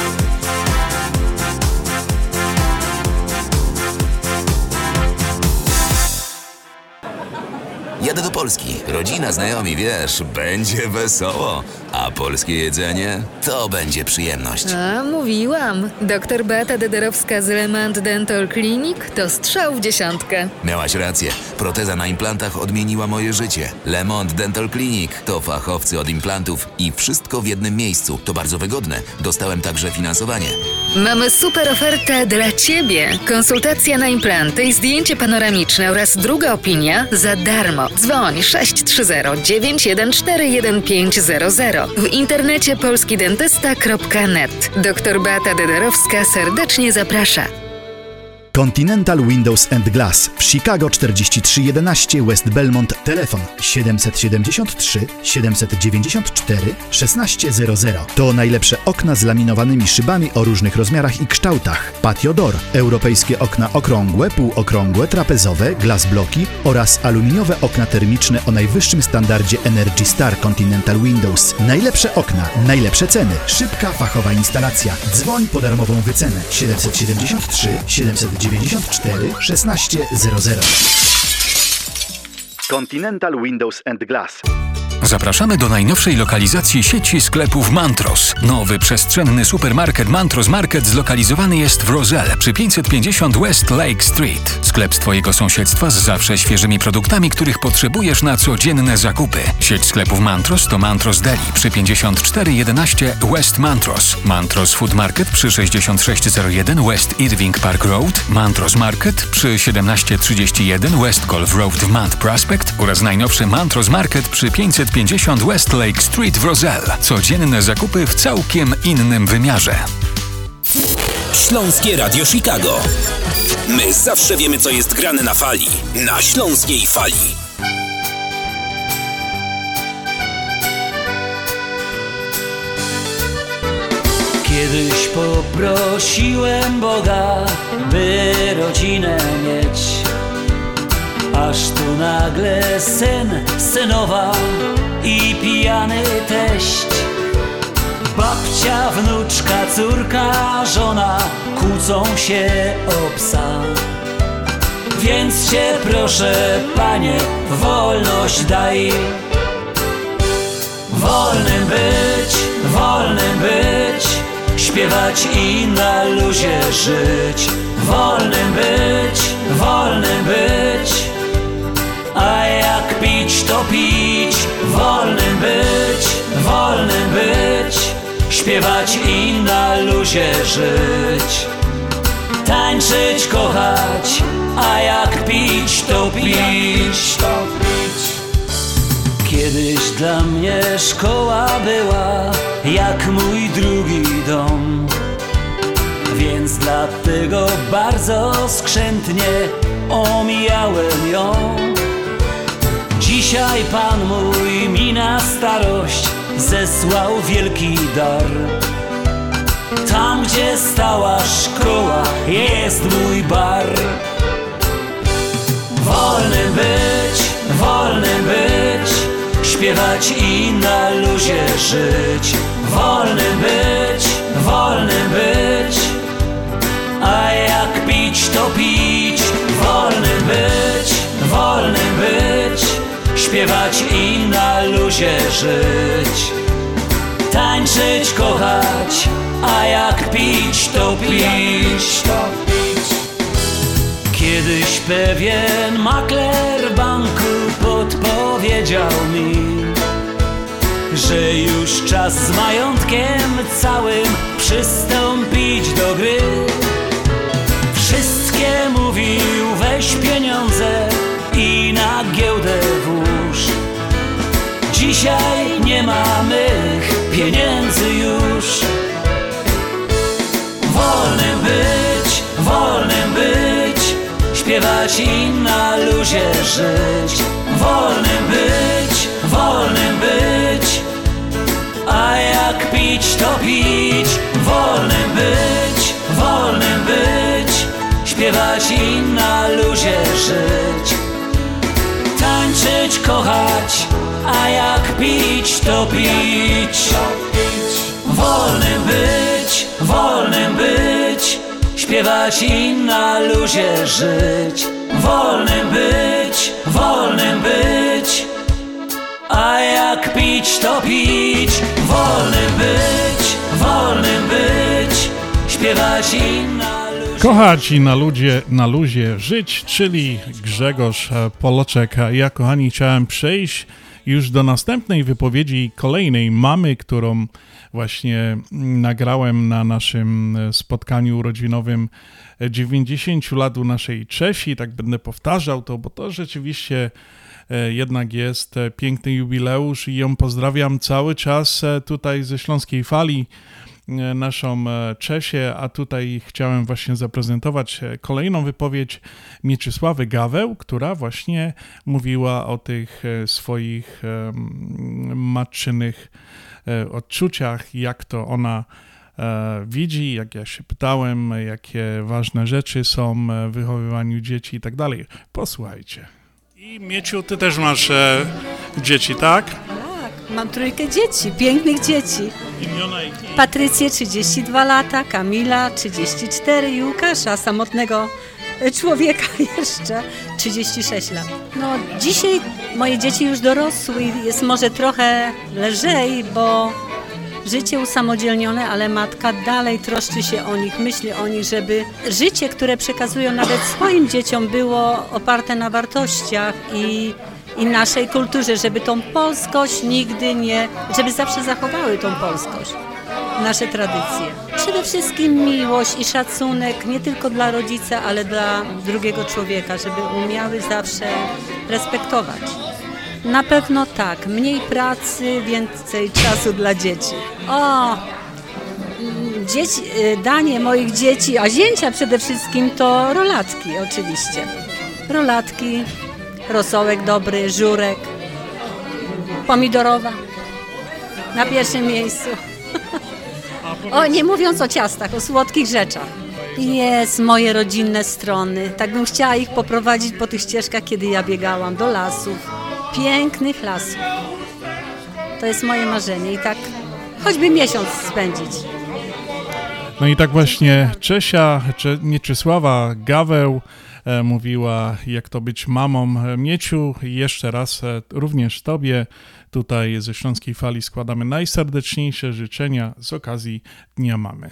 Jadę do Polski. Rodzina, znajomi, wiesz, będzie wesoło. A polskie jedzenie to będzie przyjemność. A, mówiłam. Doktor Beata Dederowska z Lemont Dental Clinic to strzał w 10. Miałaś rację. Proteza na implantach odmieniła moje życie. Lemont Dental Clinic to fachowcy od implantów i wszystko w jednym miejscu. To bardzo wygodne. Dostałem także finansowanie. Mamy super ofertę dla Ciebie. Konsultacja na implanty i zdjęcie panoramiczne oraz druga opinia za darmo. Dzwoń 630 914 1500. W internecie polskidentysta.net. Doktor Beata Dederowska serdecznie zaprasza. Continental Windows and Glass w Chicago 4311 West Belmont. Telefon 773 794 1600. To najlepsze okna z laminowanymi szybami o różnych rozmiarach i kształtach. Patio Door, europejskie okna okrągłe, półokrągłe, trapezowe, glass bloki oraz aluminiowe okna termiczne o najwyższym standardzie Energy Star Continental Windows. Najlepsze okna, najlepsze ceny, szybka, fachowa instalacja. Dzwoń po darmową wycenę 773 794 1600. Continental Windows and Glass. Zapraszamy do najnowszej lokalizacji sieci sklepów Mantros. Nowy przestrzenny supermarket Mantros Market zlokalizowany jest w Roselle przy 550 West Lake Street. Sklep z Twojego sąsiedztwa z zawsze świeżymi produktami, których potrzebujesz na codzienne zakupy. Sieć sklepów Mantros to Mantros Deli przy 5411 West Mantros. Mantros Food Market przy 6601 West Irving Park Road. Mantros Market przy 1731 West Golf Road w Mount Prospect oraz najnowszy Mantros Market przy 550 West Lake Street w Roselle. Codzienne zakupy w całkiem innym wymiarze. Śląskie Radio Chicago. My zawsze wiemy, co jest grane na fali. Na Śląskiej Fali. Kiedyś poprosiłem Boga, by rodzinę mieć, aż tu nagle syn, synowa i pijany teść. Babcia, wnuczka, córka, żona kłócą się o psa. Więc cię proszę, Panie, wolność daj. Wolnym być, śpiewać i na luzie żyć. Wolnym być, a jak pić to pić. Wolnym być, śpiewać i na luzie żyć. Tańczyć, kochać, a jak pić to pić. Kiedyś dla mnie szkoła była jak mój drugi dom, więc dlatego bardzo skrzętnie omijałem ją. Dzisiaj Pan mój mi na starość zesłał wielki dar. Tam, gdzie stała szkoła, jest mój bar. Wolnym być, śpiewać i na luzie żyć. Wolnym być, a jak pić to pić. Wolnym być, śpiewać i na luzie żyć. Tańczyć, kochać, a jak pić to pić. Kiedyś pewien makler banku podpowiedział mi, że już czas z majątkiem całym przystąpić do gry. Wszystkie mówił, weź pieniądze i na giełdę włóż. Dzisiaj nie ma mych pieniędzy już. Wolnym być, śpiewać i na luzie żyć. Wolnym być, a jak pić to pić. Wolnym być, śpiewać i na luzie żyć. Tańczyć, kochać, a jak pić to pić. Wolnym być, śpiewać i na luzie żyć. Wolnym być, a jak pić to pić. Wolnym być, śpiewać i na luzie. Kochać i na luzie żyć, czyli Grzegorz Poloczek. Ja, kochani, chciałem przejść już do następnej wypowiedzi kolejnej mamy, którą właśnie nagrałem na naszym spotkaniu urodzinowym 90 lat u naszej Czesi. Tak będę powtarzał to, bo to rzeczywiście jednak jest piękny jubileusz i ją pozdrawiam cały czas tutaj ze Śląskiej Fali, naszą Czesię, a tutaj chciałem właśnie zaprezentować kolejną wypowiedź Mieczysławy Gaweł, która właśnie mówiła o tych swoich matczynych odczuciach, jak to ona widzi, jak ja się pytałem, jakie ważne rzeczy są w wychowywaniu dzieci i tak dalej. Posłuchajcie. I Mieciu, ty też masz dzieci, tak? Tak, mam trójkę dzieci, pięknych dzieci. Imiona i Patrycję 32 lata, Kamila 34 i Łukasza, samotnego człowieka jeszcze 36 lat. No dzisiaj moje dzieci już dorosły i jest może trochę lżej, bo życie usamodzielnione, ale matka dalej troszczy się o nich, myśli o nich, żeby życie, które przekazują nawet swoim dzieciom, było oparte na wartościach i naszej kulturze, żeby tą polskość nigdy nie, żeby zawsze zachowały tą polskość, nasze tradycje. Przede wszystkim miłość i szacunek nie tylko dla rodzica, ale dla drugiego człowieka, żeby umiały zawsze respektować. Na pewno tak, mniej pracy, więcej czasu dla dzieci. Danie moich dzieci, a zięcia przede wszystkim to rolatki oczywiście. Rolatki, rosołek dobry, żurek, pomidorowa na pierwszym miejscu. A O, nie mówiąc o ciastach, o słodkich rzeczach. Jest moje rodzinne strony. Tak bym chciała ich poprowadzić po tych ścieżkach, kiedy ja biegałam do lasów. Pięknych lasów. To jest moje marzenie i tak choćby miesiąc spędzić. No i tak właśnie Mieczysława Gaweł mówiła, jak to być mamą. Mieciu, jeszcze raz również Tobie tutaj ze Śląskiej Fali składamy najserdeczniejsze życzenia z okazji Dnia Mamy.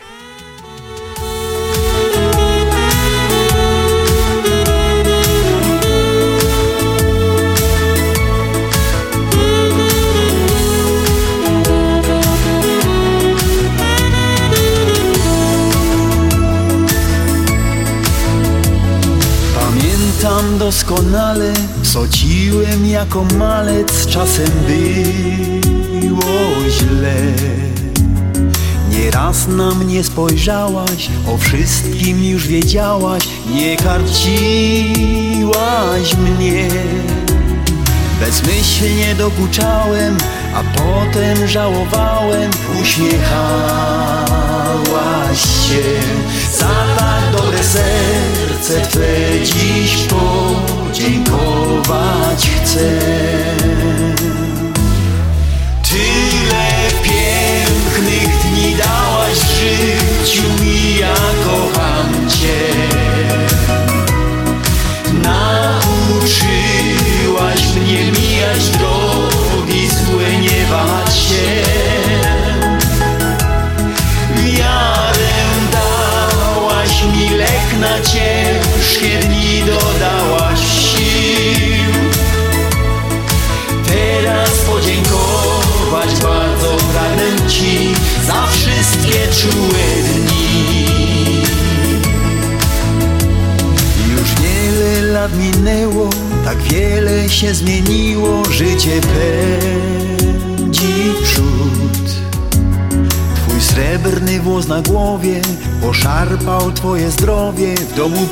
Pamiętam doskonale, sądziłem jako malec, czasem było źle. Nieraz na mnie spojrzałaś, o wszystkim już wiedziałaś, nie karciłaś mnie. Bezmyślnie dokuczałem, a potem żałowałem, uśmiechałaś się. Za tak dobre serce Twe dziś podziękować chcę. Tyle pięknych dni dałaś w życiu i ja kocham Cię. Nauczyłaś mnie mijać drogi złe, nie bać się. Wiarę dałaś mi, lek na ciężkie dni dodałaś sił. Teraz podziękować bardzo pragnę Ci za wszystkie czułe dni. Już wiele lat minęło, tak wiele się zmieniło, życie pędzi w przód. Twój srebrny włos na głowie poszarpał Twoje zdrowie, w domu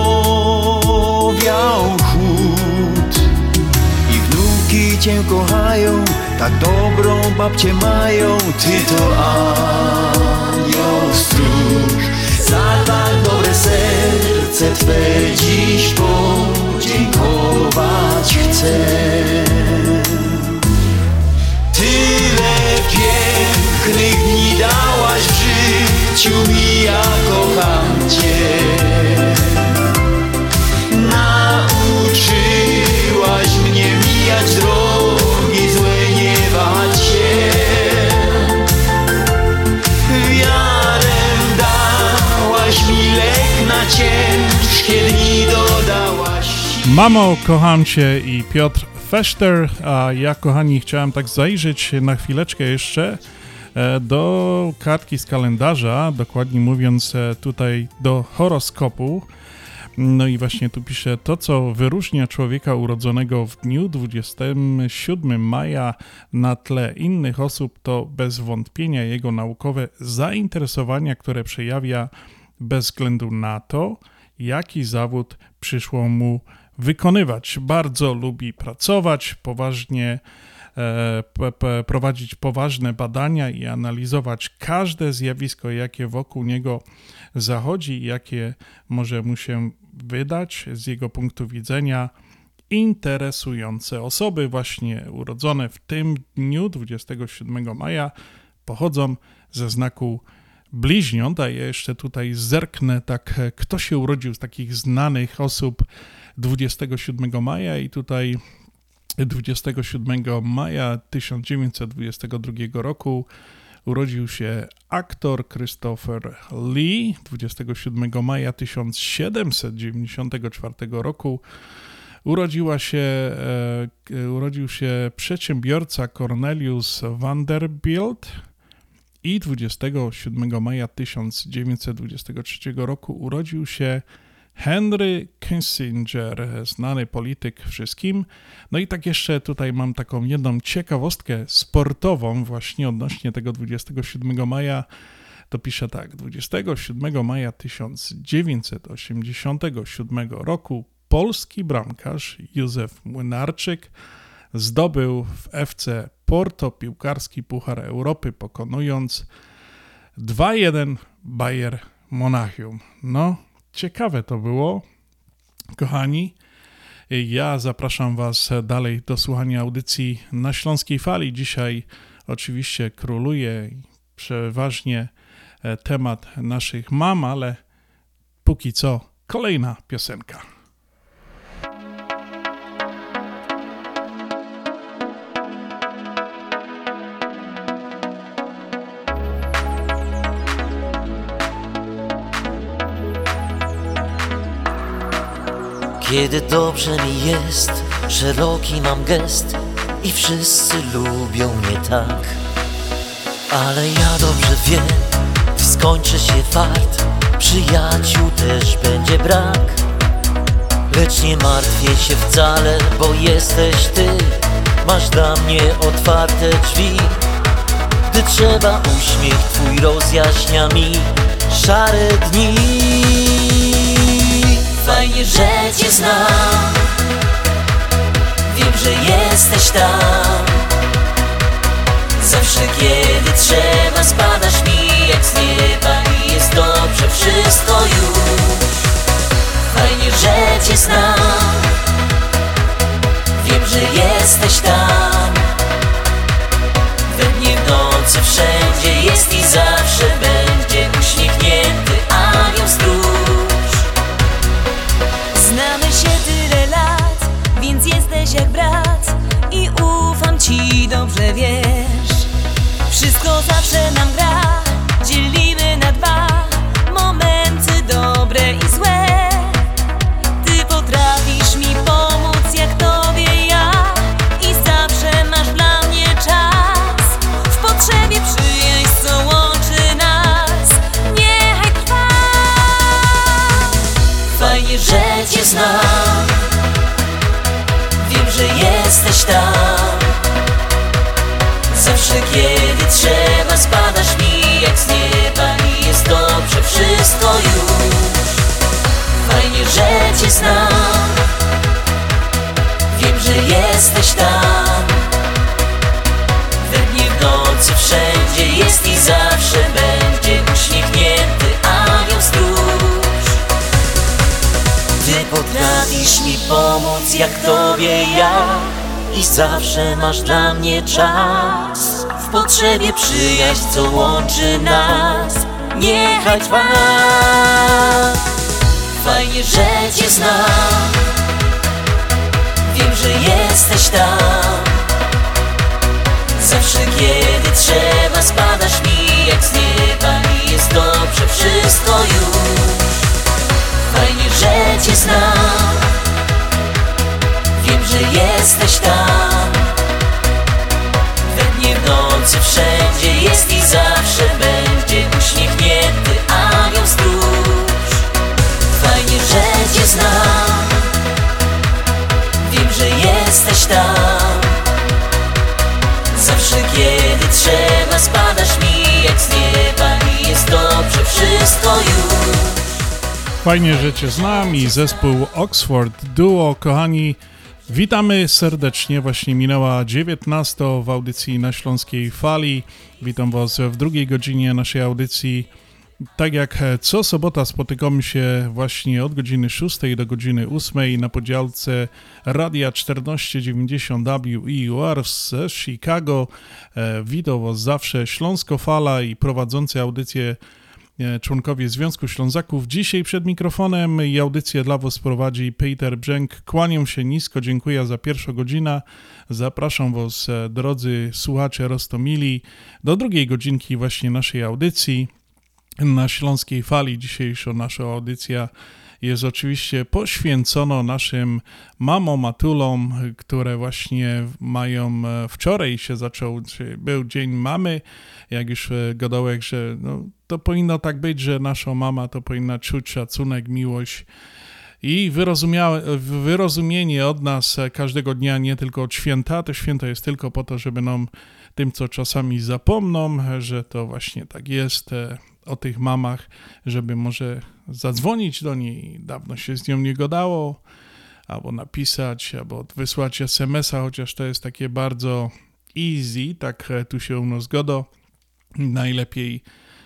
powiał chłód. I wnuki Cię kochają, tak dobrą babcię mają, Ty to anioł stróż. Za tak dobre serce Twe dziś podziękować chcę. Tyle pięknych dni dałaś w życiu mi, ja kocham Cię. Nauczyłaś mnie mijać drogi złe, nie bać się. Wiarę dałaś mi, lek na ciężkie dni dodałaś. Mamo, kocham Cię i Piotr Feszter, a ja, kochani, chciałem tak zajrzeć na chwileczkę jeszcze do kartki z kalendarza, dokładnie mówiąc tutaj do horoskopu. No i właśnie tu pisze, to co wyróżnia człowieka urodzonego w dniu 27 maja na tle innych osób, to bez wątpienia jego naukowe zainteresowania, które przejawia bez względu na to, jaki zawód przyszło mu wykonywać. Bardzo lubi pracować, poważnie prowadzić poważne badania i analizować każde zjawisko, jakie wokół niego zachodzi i jakie może mu się wydać z jego punktu widzenia interesujące. Osoby właśnie urodzone w tym dniu, 27 maja, pochodzą ze znaku bliźniąt, a ja jeszcze tutaj zerknę, tak, kto się urodził z takich znanych osób 27 maja i tutaj 27 maja 1922 roku urodził się aktor Christopher Lee. 27 maja 1794 roku urodził się przedsiębiorca Cornelius Vanderbilt i 27 maja 1923 roku urodził się Henry Kissinger, znany polityk wszystkim. No i tak jeszcze tutaj mam taką jedną ciekawostkę sportową właśnie odnośnie tego 27 maja. To pisze tak, 27 maja 1987 roku polski bramkarz Józef Młynarczyk zdobył w FC Porto piłkarski Puchar Europy, pokonując 2-1 Bayer Monachium. No, ciekawe to było, kochani. Ja zapraszam Was dalej do słuchania audycji na Śląskiej Fali. Dzisiaj oczywiście króluje przeważnie temat naszych mam, ale póki co kolejna piosenka. Kiedy dobrze mi jest, szeroki mam gest i wszyscy lubią mnie tak. Ale ja dobrze wiem, gdy skończy się fart, przyjaciół też będzie brak. Lecz nie martwię się wcale, bo jesteś ty, masz dla mnie otwarte drzwi. Gdy trzeba, uśmiech twój rozjaśnia mi szare dni. Fajnie, że cię znam, wiem, że jesteś tam. Zawsze kiedy trzeba, spadasz mi jak z nieba i jest dobrze wszystko już. Fajnie, że cię znam, wiem, że jesteś tam. We dnie, w nocy, wszędzie jest i zawsze będzie uśmiechnięty anioł stróż. Znamy się tyle lat, więc jesteś jak brat i ufam ci, dobrze wiesz. Wszystko zawsze nam gra, dzielimy na dwa, momenty dobre i złe. Ty potrafisz mi pomóc jak tobie ja i zawsze masz dla mnie czas. W potrzebie przyjaźń, co łączy nas, niechaj trwa. Fajnie, że cię znam, wiem, że jesteś tam. Zawsze kiedy trzeba, spadasz mi jak z nieba i jest dobrze wszystko już. Fajnie, że cię znam, wiem, że jesteś tam. We dnie, w nocy, wszędzie jest i zawsze będzie uśmiechnięty anioł stróż. Ty potrafisz mi pomóc jak tobie ja i zawsze masz dla mnie czas. W potrzebie przyjaźń, co łączy nas, niechaj trwa. Fajnie, że cię znam, wiem, że jesteś tam. Zawsze kiedy trzeba, spadasz mi jak z nieba i jest dobrze wszystko już. Fajnie, że cię znam, wiem, że jesteś tam. We dnie, w nocy, wszędzie jest i zawsze będzie uśmiechnięty anioł stróż. Fajnie, że cię znam, wiem, że jesteś tam. Zawsze kiedy trzeba, spadasz mi jak z nieba i jest dobrze wszystko już. Fajnie, że Cię znam i zespół Oxford Duo. Kochani, witamy serdecznie. Właśnie minęła 19 w audycji na Śląskiej Fali. Witam Was w drugiej godzinie naszej audycji. Tak jak co sobota spotykamy się właśnie od godziny 6 do godziny 8 na podziałce Radia 1490 WEUR ze Chicago. Witam Was zawsze Śląsko Fala i prowadzący audycję członkowie Związku Ślązaków. Dzisiaj przed mikrofonem i audycję dla Was prowadzi Peter Brzęk. Kłaniam się nisko, dziękuję za pierwszą godzinę. Zapraszam Was, drodzy słuchacze roztomili, do drugiej godzinki właśnie naszej audycji na Śląskiej Fali. Dzisiejsza nasza audycja jest oczywiście poświęcona naszym mamom, matulom, które właśnie mają, wczoraj się zaczął, był Dzień Mamy, jak już gadałem, że no, to powinno tak być, że nasza mama to powinna czuć szacunek, miłość i wyrozumienie od nas każdego dnia, nie tylko od święta. To święto jest tylko po to, żeby nam tym, co czasami zapomną, że to właśnie tak jest, o tych mamach, żeby może zadzwonić do niej, dawno się z nią nie gadało, albo napisać, albo wysłać SMS-a, chociaż to jest takie bardzo easy, tak tu się u nas godo. Najlepiej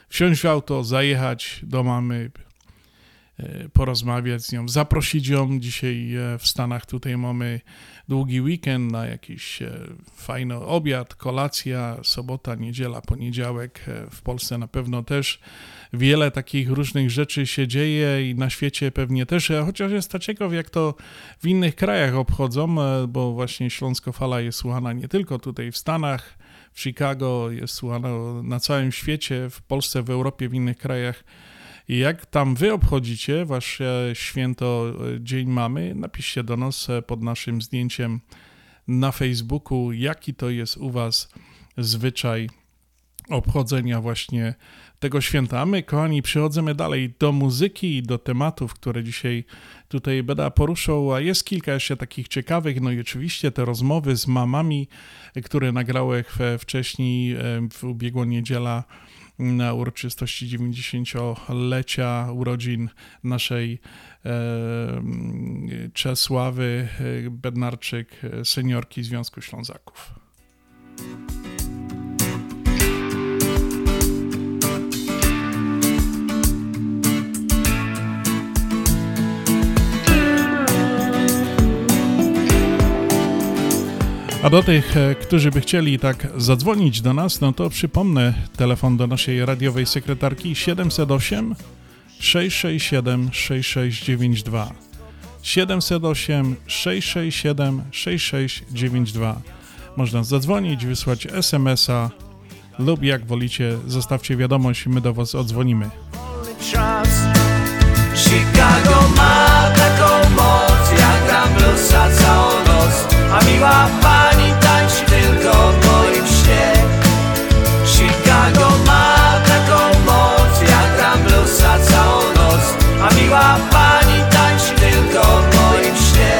wsiąść w auto, zajechać do mamy, porozmawiać z nią, zaprosić ją. Dzisiaj w Stanach tutaj mamy długi weekend na jakiś fajny obiad, kolacja, sobota, niedziela, poniedziałek. W Polsce na pewno też wiele takich różnych rzeczy się dzieje i na świecie pewnie też, chociaż jestem ciekaw, jak to w innych krajach obchodzą, bo właśnie Śląsko Fala jest słuchana nie tylko tutaj w Stanach, w Chicago, jest słuchana na całym świecie, w Polsce, w Europie, w innych krajach. I jak tam wy obchodzicie wasze święto Dzień Mamy, napiszcie do nas pod naszym zdjęciem na Facebooku, jaki to jest u was zwyczaj obchodzenia właśnie tego święta. A my, kochani, przechodzimy dalej do muzyki i do tematów, które dzisiaj tutaj będę poruszał, a jest kilka jeszcze takich ciekawych, no i oczywiście te rozmowy z mamami, które nagrałem wcześniej w ubiegłą niedzielę na uroczystości 90-lecia urodzin naszej Czesławy Bednarczyk, seniorki Związku Ślązaków. A do tych, którzy by chcieli tak zadzwonić do nas, no to przypomnę telefon do naszej radiowej sekretarki 708 667 6692. 708 667 6692. Można zadzwonić, wysłać SMS-a lub jak wolicie, zostawcie wiadomość i my do was odzwonimy. Chicago ma taką moc, jak gram bluesa całą noc, a miła pani tańczy tylko w moim śnie. Chicago ma taką moc, jak gram bluesa całą noc, a miła pani tańczy tylko w moim śnie.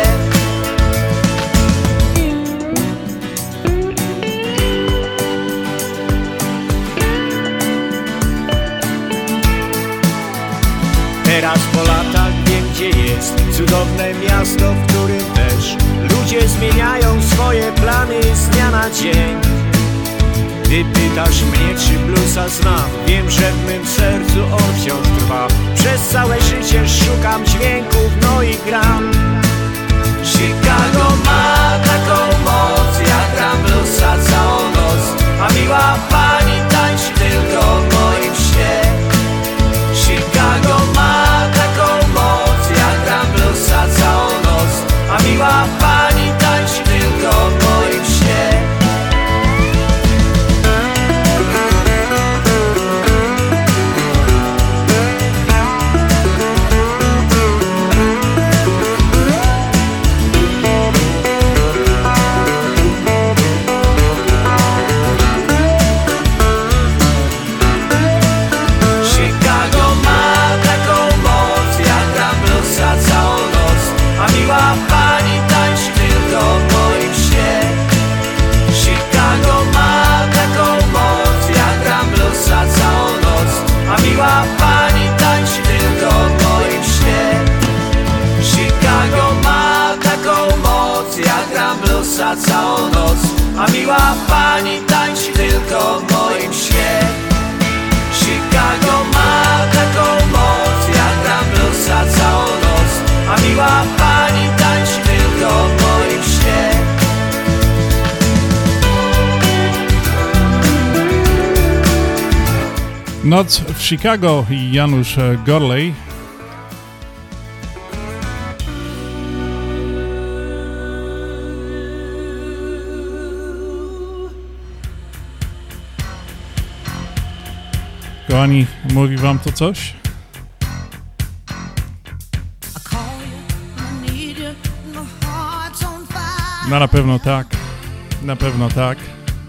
Teraz po latach wiem, gdzie jest cudowne miasto, w którym też ludzie zmieniają swoje plany z dnia na dzień. Gdy pytasz mnie, czy bluesa znam, wiem, że w mym sercu on wciąż trwa. Przez całe życie szukam dźwięków, no i gram. Chicago ma taką moc, jak gram bluesa całą noc, a miła pani tańczy tylko w moim śnie. Chicago ma taką moc, jak gram bluesa całą noc, a miła pani tańczy tylko w moim śnie. Całą noc, a miła pani tańczy tylko w moim śnie. Chicago ma taką moc, jak gram bluesa całą noc, a miła pani tańczy tylko w moim śnie. Noc w Chicago i Janusz Gorley. Kochani, mówi wam to coś? No na pewno tak, na pewno tak.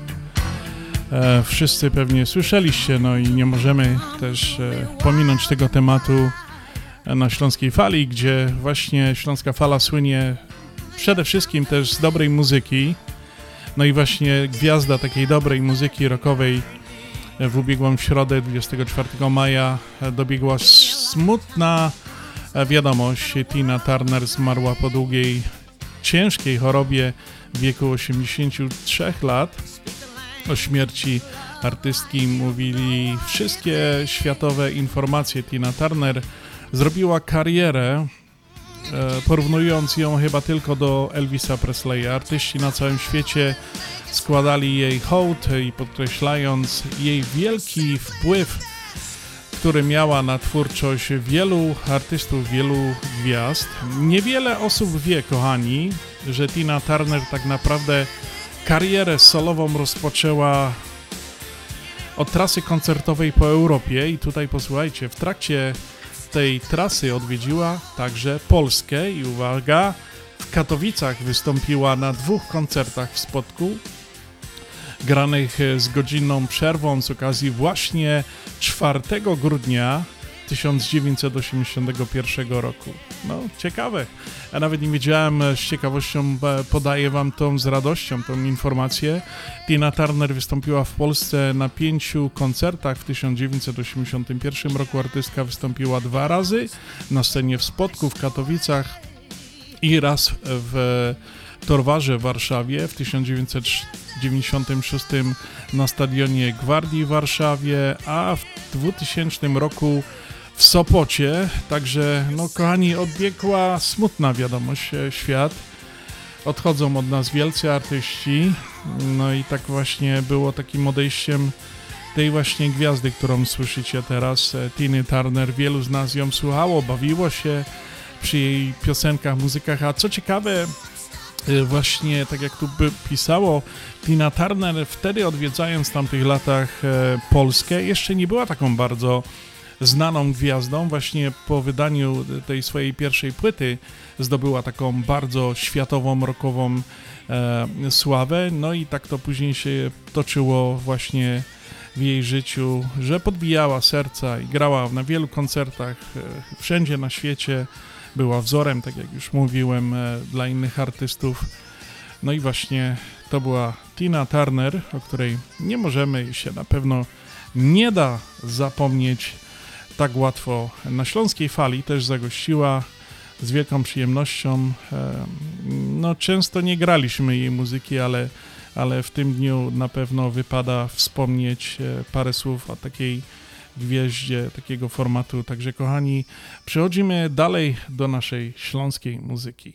Wszyscy pewnie słyszeliście, no i nie możemy też pominąć tego tematu na Śląskiej Fali, gdzie właśnie Śląska Fala słynie przede wszystkim też z dobrej muzyki. No i właśnie gwiazda takiej dobrej muzyki rockowej w ubiegłą środę 24 maja dobiegła smutna wiadomość. Tina Turner zmarła po długiej, ciężkiej chorobie w wieku 83 lat. O śmierci artystki mówili wszystkie światowe informacje. Tina Turner zrobiła karierę, porównując ją chyba tylko do Elvisa Presleya. Artyści na całym świecie składali jej hołd i podkreślając jej wielki wpływ, który miała na twórczość wielu artystów, wielu gwiazd. Niewiele osób wie, kochani, że Tina Turner tak naprawdę karierę solową rozpoczęła od trasy koncertowej po Europie i tutaj posłuchajcie, w trakcie tej trasy odwiedziła także Polskę i uwaga, w Katowicach wystąpiła na 2 koncertach w Spodku, granych z godzinną przerwą z okazji właśnie 4 grudnia 1981 roku. No, ciekawe. Ja nawet nie wiedziałem, z ciekawością podaję wam tą z radością tą informację. Tina Turner wystąpiła w Polsce na 5 koncertach w 1981 roku. Artystka wystąpiła 2 razy na scenie w Spodku w Katowicach i raz w Torwarze w Warszawie w 1996 na Stadionie Gwardii w Warszawie, a w 2000 roku w Sopocie. Także, no kochani, odbiegła smutna wiadomość, świat. Odchodzą od nas wielcy artyści. No i tak właśnie było takim odejściem tej właśnie gwiazdy, którą słyszycie teraz, Tiny Turner. Wielu z nas ją słuchało, bawiło się przy jej piosenkach, muzykach, a co ciekawe, właśnie tak jak tu by pisało, Tina Turner wtedy odwiedzając w tamtych latach Polskę jeszcze nie była taką bardzo znaną gwiazdą. Właśnie po wydaniu tej swojej pierwszej płyty zdobyła taką bardzo światową, rockową sławę. No i tak to później się toczyło właśnie w jej życiu, że podbijała serca i grała na wielu koncertach wszędzie na świecie. Była wzorem, tak jak już mówiłem, dla innych artystów. No i właśnie to była Tina Turner, o której nie możemy i się na pewno nie da zapomnieć tak łatwo. Na Śląskiej Fali też zagościła z wielką przyjemnością. No, często nie graliśmy jej muzyki, ale w tym dniu na pewno wypada wspomnieć parę słów o takiej gwieździe, takiego formatu. Także kochani, przechodzimy dalej do naszej śląskiej muzyki.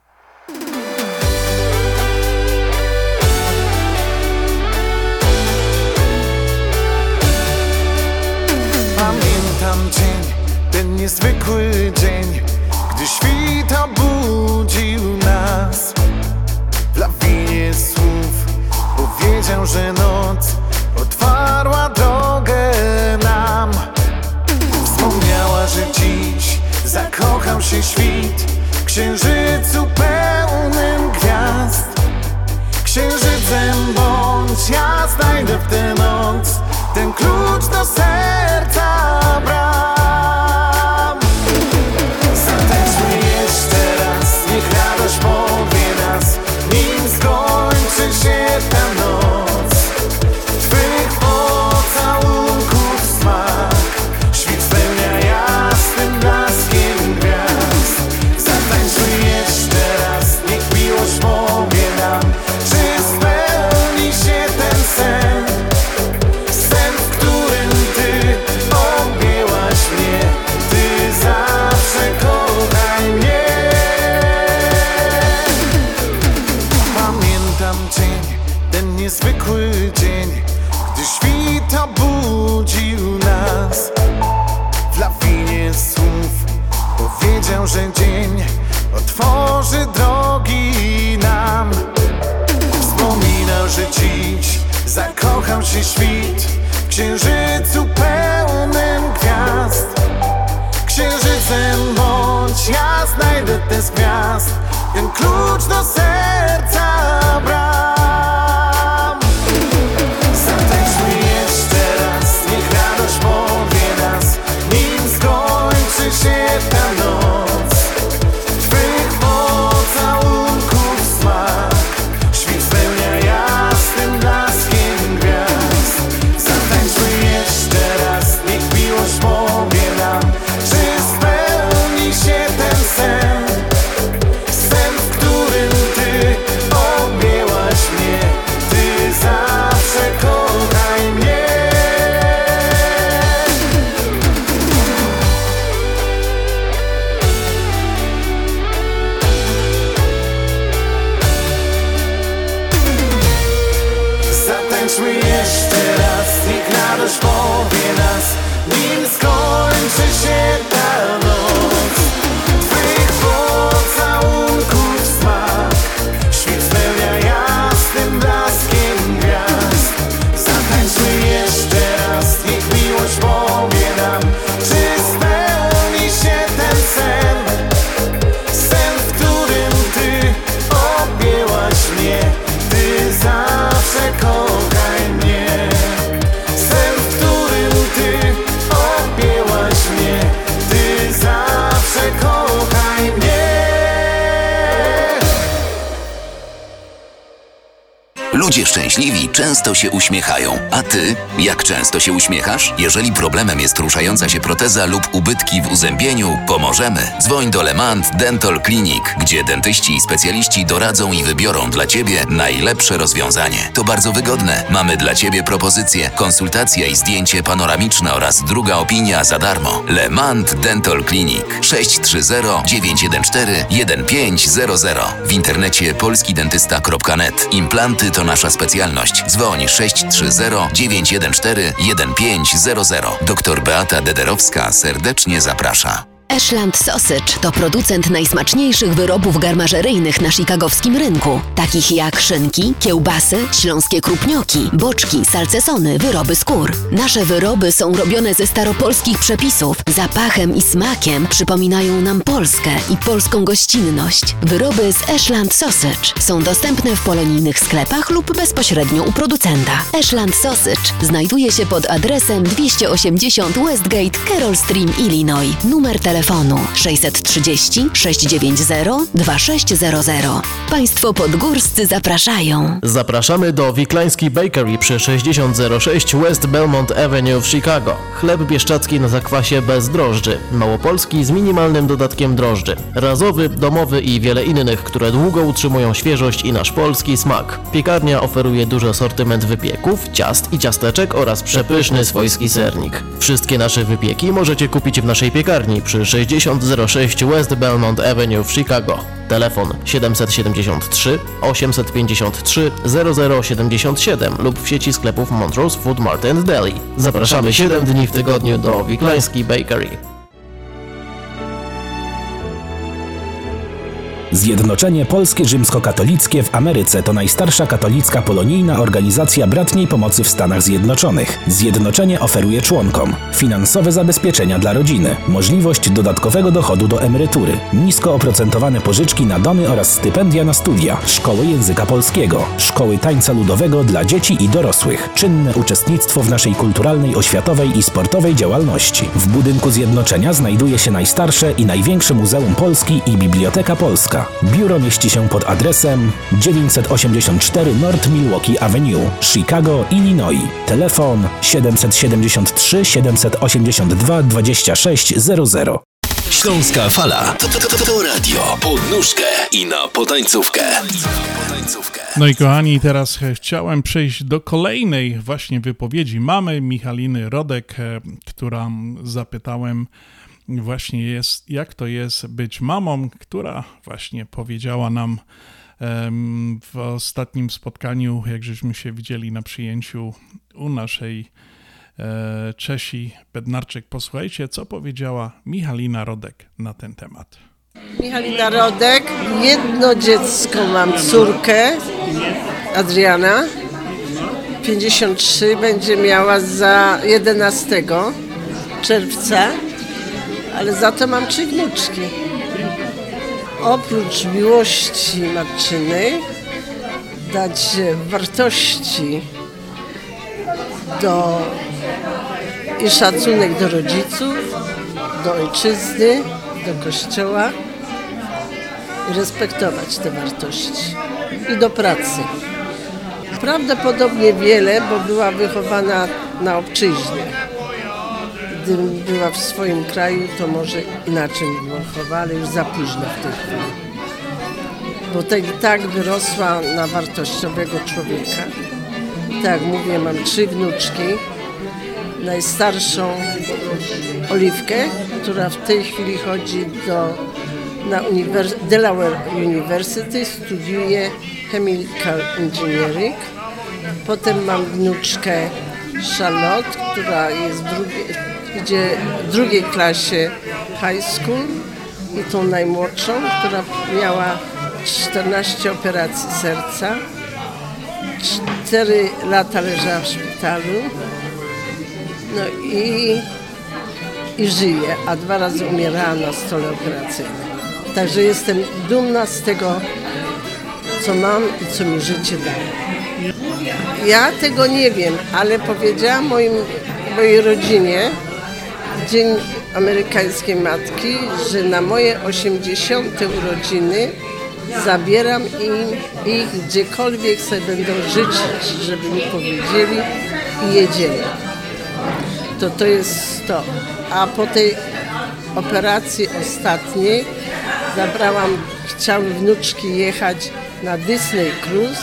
Pamiętam dzień, ten niezwykły dzień, gdy świt obudził nas. W lawinie słów powiedział, że noc otwarła drogę nam. Wspomniała, że dziś zakochał się świt w księżycu pełnym gwiazd. Księżycem bądź, ja znajdę w tę noc ten klucz do serca bram. Zatańczmy jeszcze raz, niech radość powie nas, nim skończy się ta noc. Twych pocałunków smak świt spełnia jasnym blaskiem gwiazd. Zatańczmy jeszcze raz, niech miłość powie nam, czy spełni się ten sen. Sen, w którym ty objęłaś mnie, ty zawsze kochaj mnie. Pamiętam dzień, ten niezwykły dzień, gdy świt obudził nas. W lawinie słów powiedział, że dzień otworzy drogi nam. Wspominał, że dziś zakochał się świt w księżycu pełnym gwiazd. Księżycem bądź, ja znajdę tę z gwiazd ten klucz do serca bram. Zatańczmy jeszcze raz, niech radość powie nas, nim skończy się ta noc. Twych pocałunków smak świt spełnia jasnym blaskiem gwiazd. Zatańczmy jeszcze raz, niech miłość powie nam, czy spełni się ten sen. Sen, w którym ty Ludzie szczęśliwi często się uśmiechają. A ty? Jak często się uśmiechasz? Jeżeli problemem jest ruszająca się proteza lub ubytki w uzębieniu, pomożemy. Dzwoń do Lemont Dental Clinic, gdzie dentyści i specjaliści doradzą i wybiorą dla Ciebie najlepsze rozwiązanie. To bardzo wygodne. Mamy dla Ciebie propozycję, konsultacja i zdjęcie panoramiczne oraz druga opinia za darmo. Lemont Dental Clinic 630-914-1500. W internecie polskidentysta.net. Implanty to nasza specjalność. Dzwoń 630-914-1500. Doktor Beata Dederowska serdecznie zaprasza. Ashland Sausage to producent najsmaczniejszych wyrobów garmażeryjnych na chicagowskim rynku, takich jak szynki, kiełbasy, śląskie krupnioki, boczki, salcesony, wyroby skór. Nasze wyroby są robione ze staropolskich przepisów. Zapachem i smakiem przypominają nam Polskę i polską gościnność. Wyroby z Ashland Sausage są dostępne w polonijnych sklepach lub bezpośrednio u producenta. Ashland Sausage znajduje się pod adresem 280 Westgate, Carroll Stream, Illinois. Numer telefonu 630 690 2600. Państwo podgórscy zapraszają. Zapraszamy do Wiklański Bakery przy 6006 West Belmont Avenue w Chicago. Chleb bieszczacki na zakwasie bez drożdży. Małopolski z minimalnym dodatkiem drożdży. Razowy, domowy i wiele innych, które długo utrzymują świeżość i nasz polski smak. Piekarnia oferuje duży asortyment wypieków, ciast i ciasteczek oraz przepyszny swojski sernik. Wszystkie nasze wypieki możecie kupić w naszej piekarni przy 6006 West Belmont Avenue w Chicago. Telefon 773 853 0077 lub w sieci sklepów Montrose Food Mart and Deli. Zapraszamy 7 dni w tygodniu do Wiklański Bakery. Zjednoczenie Polskie Rzymskokatolickie w Ameryce to najstarsza katolicka polonijna organizacja bratniej pomocy w Stanach Zjednoczonych. Zjednoczenie oferuje członkom finansowe zabezpieczenia dla rodziny, możliwość dodatkowego dochodu do emerytury, nisko oprocentowane pożyczki na domy oraz stypendia na studia, szkoły języka polskiego, szkoły tańca ludowego dla dzieci i dorosłych, czynne uczestnictwo w naszej kulturalnej, oświatowej i sportowej działalności. W budynku Zjednoczenia znajduje się najstarsze i największe Muzeum Polski i Biblioteka Polska. Biuro mieści się pod adresem 984 North Milwaukee Avenue, Chicago, Illinois. Telefon 773 782 2600. Śląska Fala to radio pod nóżkę i na potańcówkę. No i kochani, teraz chciałem przejść do kolejnej właśnie wypowiedzi mamy Michaliny Rodek, która zapytałem właśnie jak to jest być mamą, która właśnie powiedziała nam w ostatnim spotkaniu, jak żeśmy się widzieli na przyjęciu u naszej Czesi Bednarczyk. Posłuchajcie, co powiedziała Michalina Rodek na ten temat. Michalina Rodek, jedno dziecko mam, córkę Adriana, 53, będzie miała za 11 czerwca. Ale za to mam 3 wnuczki. Oprócz miłości matczynej dać wartości i szacunek do rodziców, do ojczyzny, do kościoła i respektować te wartości i do pracy. Prawdopodobnie wiele, bo była wychowana na obczyźnie. Gdybym była w swoim kraju, to może inaczej by była chowa, ale już za późno w tej chwili. Bo tak wyrosła na wartościowego człowieka. Tak jak mówię, mam 3 wnuczki. Najstarszą Oliwkę, która w tej chwili chodzi na Delaware University, studiuje Chemical Engineering. Potem mam wnuczkę Charlotte, która jest idzie w 2. klasie high school i tą najmłodszą, która miała 14 operacji serca, 4 lata leżała w szpitalu, no i żyje, a 2 razy umierała na stole operacyjnym. Także jestem dumna z tego, co mam i co mi życie daje. Ja tego nie wiem, ale powiedziałam mojej rodzinie, Dzień Amerykańskiej Matki, że na moje 80. urodziny zabieram ich gdziekolwiek sobie będą życzyć, żeby mi powiedzieli i jedziemy. To jest to. A po tej operacji ostatniej chciały wnuczki jechać na Disney Cruise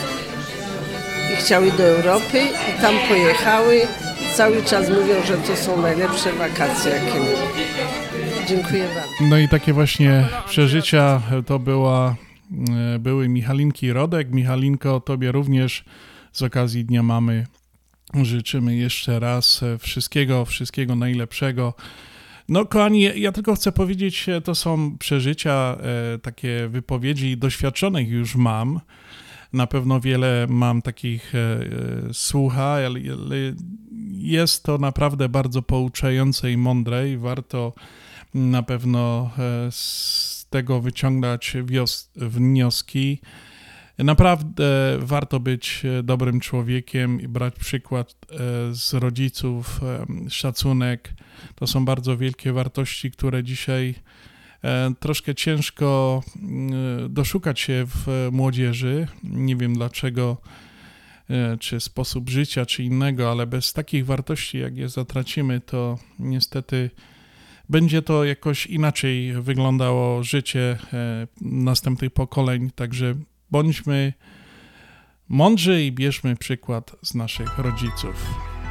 i chciały do Europy i tam pojechały. Cały czas mówią, że to są najlepsze wakacje, jakie mieli. Dziękuję bardzo. No i takie właśnie przeżycia to były Michalinki i Rodek. Michalinko, tobie również z okazji Dnia Mamy życzymy jeszcze raz wszystkiego najlepszego. No kochani, ja tylko chcę powiedzieć, to są przeżycia, takie wypowiedzi doświadczonych już mam. Na pewno wiele mam takich słucha, ale jest to naprawdę bardzo pouczające i mądre i warto na pewno z tego wyciągać wnioski. Naprawdę warto być dobrym człowiekiem i brać przykład z rodziców, szacunek. To są bardzo wielkie wartości, które dzisiaj troszkę ciężko doszukać się w młodzieży. Nie wiem dlaczego, czy sposób życia, czy innego, ale bez takich wartości, jak je zatracimy, to niestety będzie to jakoś inaczej wyglądało życie następnych pokoleń. Także bądźmy mądrzy i bierzmy przykład z naszych rodziców.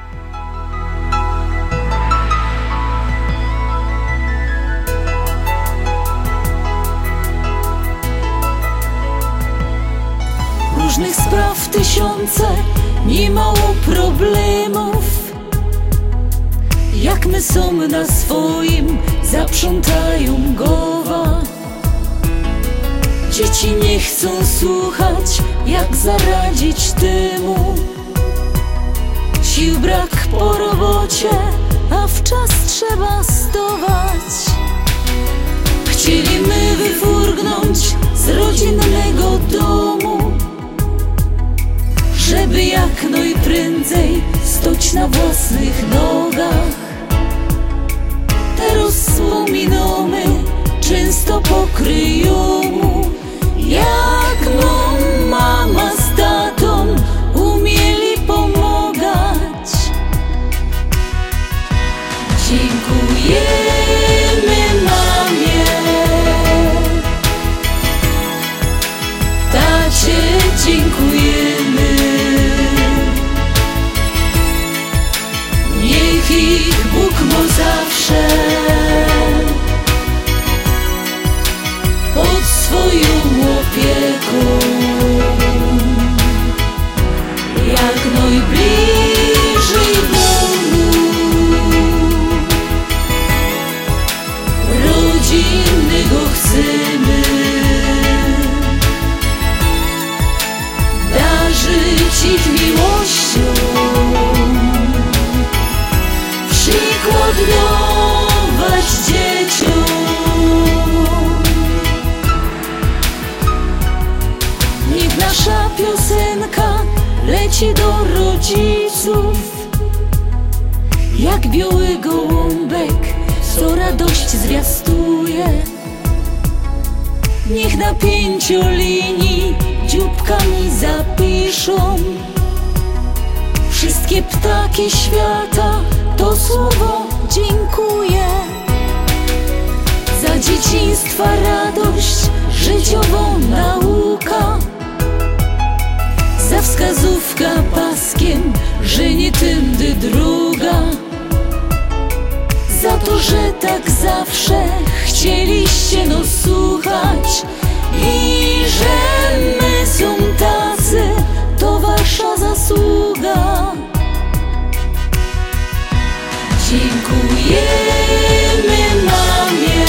Różnych spraw tysiące, nie mało problemów. Jak my są na swoim, zaprzątają głowa. Dzieci nie chcą słuchać, jak zaradzić temu. Sił brak po robocie, a w czas trzeba stować. Chcieli my wyfurgnąć z rodzinnego domu, żeby jak najprędzej stoć na własnych nogach. Teraz wspominamy często pokryją mu, jak nam mama z tatą umieli pomagać. Dziękujemy mamie, tacie dziękujemy. Niech ich Bóg ma zawsze pod swoją opieką, jak najbliżej domu. Rodzinnego chcemy darzyć ich miłością, przykład dawać dzieciom. Niech nasza piosenka leci do rodziców, jak biały gołąbek, co radość zwiastuje. Niech na 5 linii dzióbkami zapiszą wszystkie ptaki świata to słowo dziękuję. Za dzieciństwa radość, życiową nauka, za wskazówka paskiem, że nie tędy droga. Za to, że tak zawsze chcieliście nos słuchać i że my są tacy, to wasza zasługa. Dziękujemy mamie,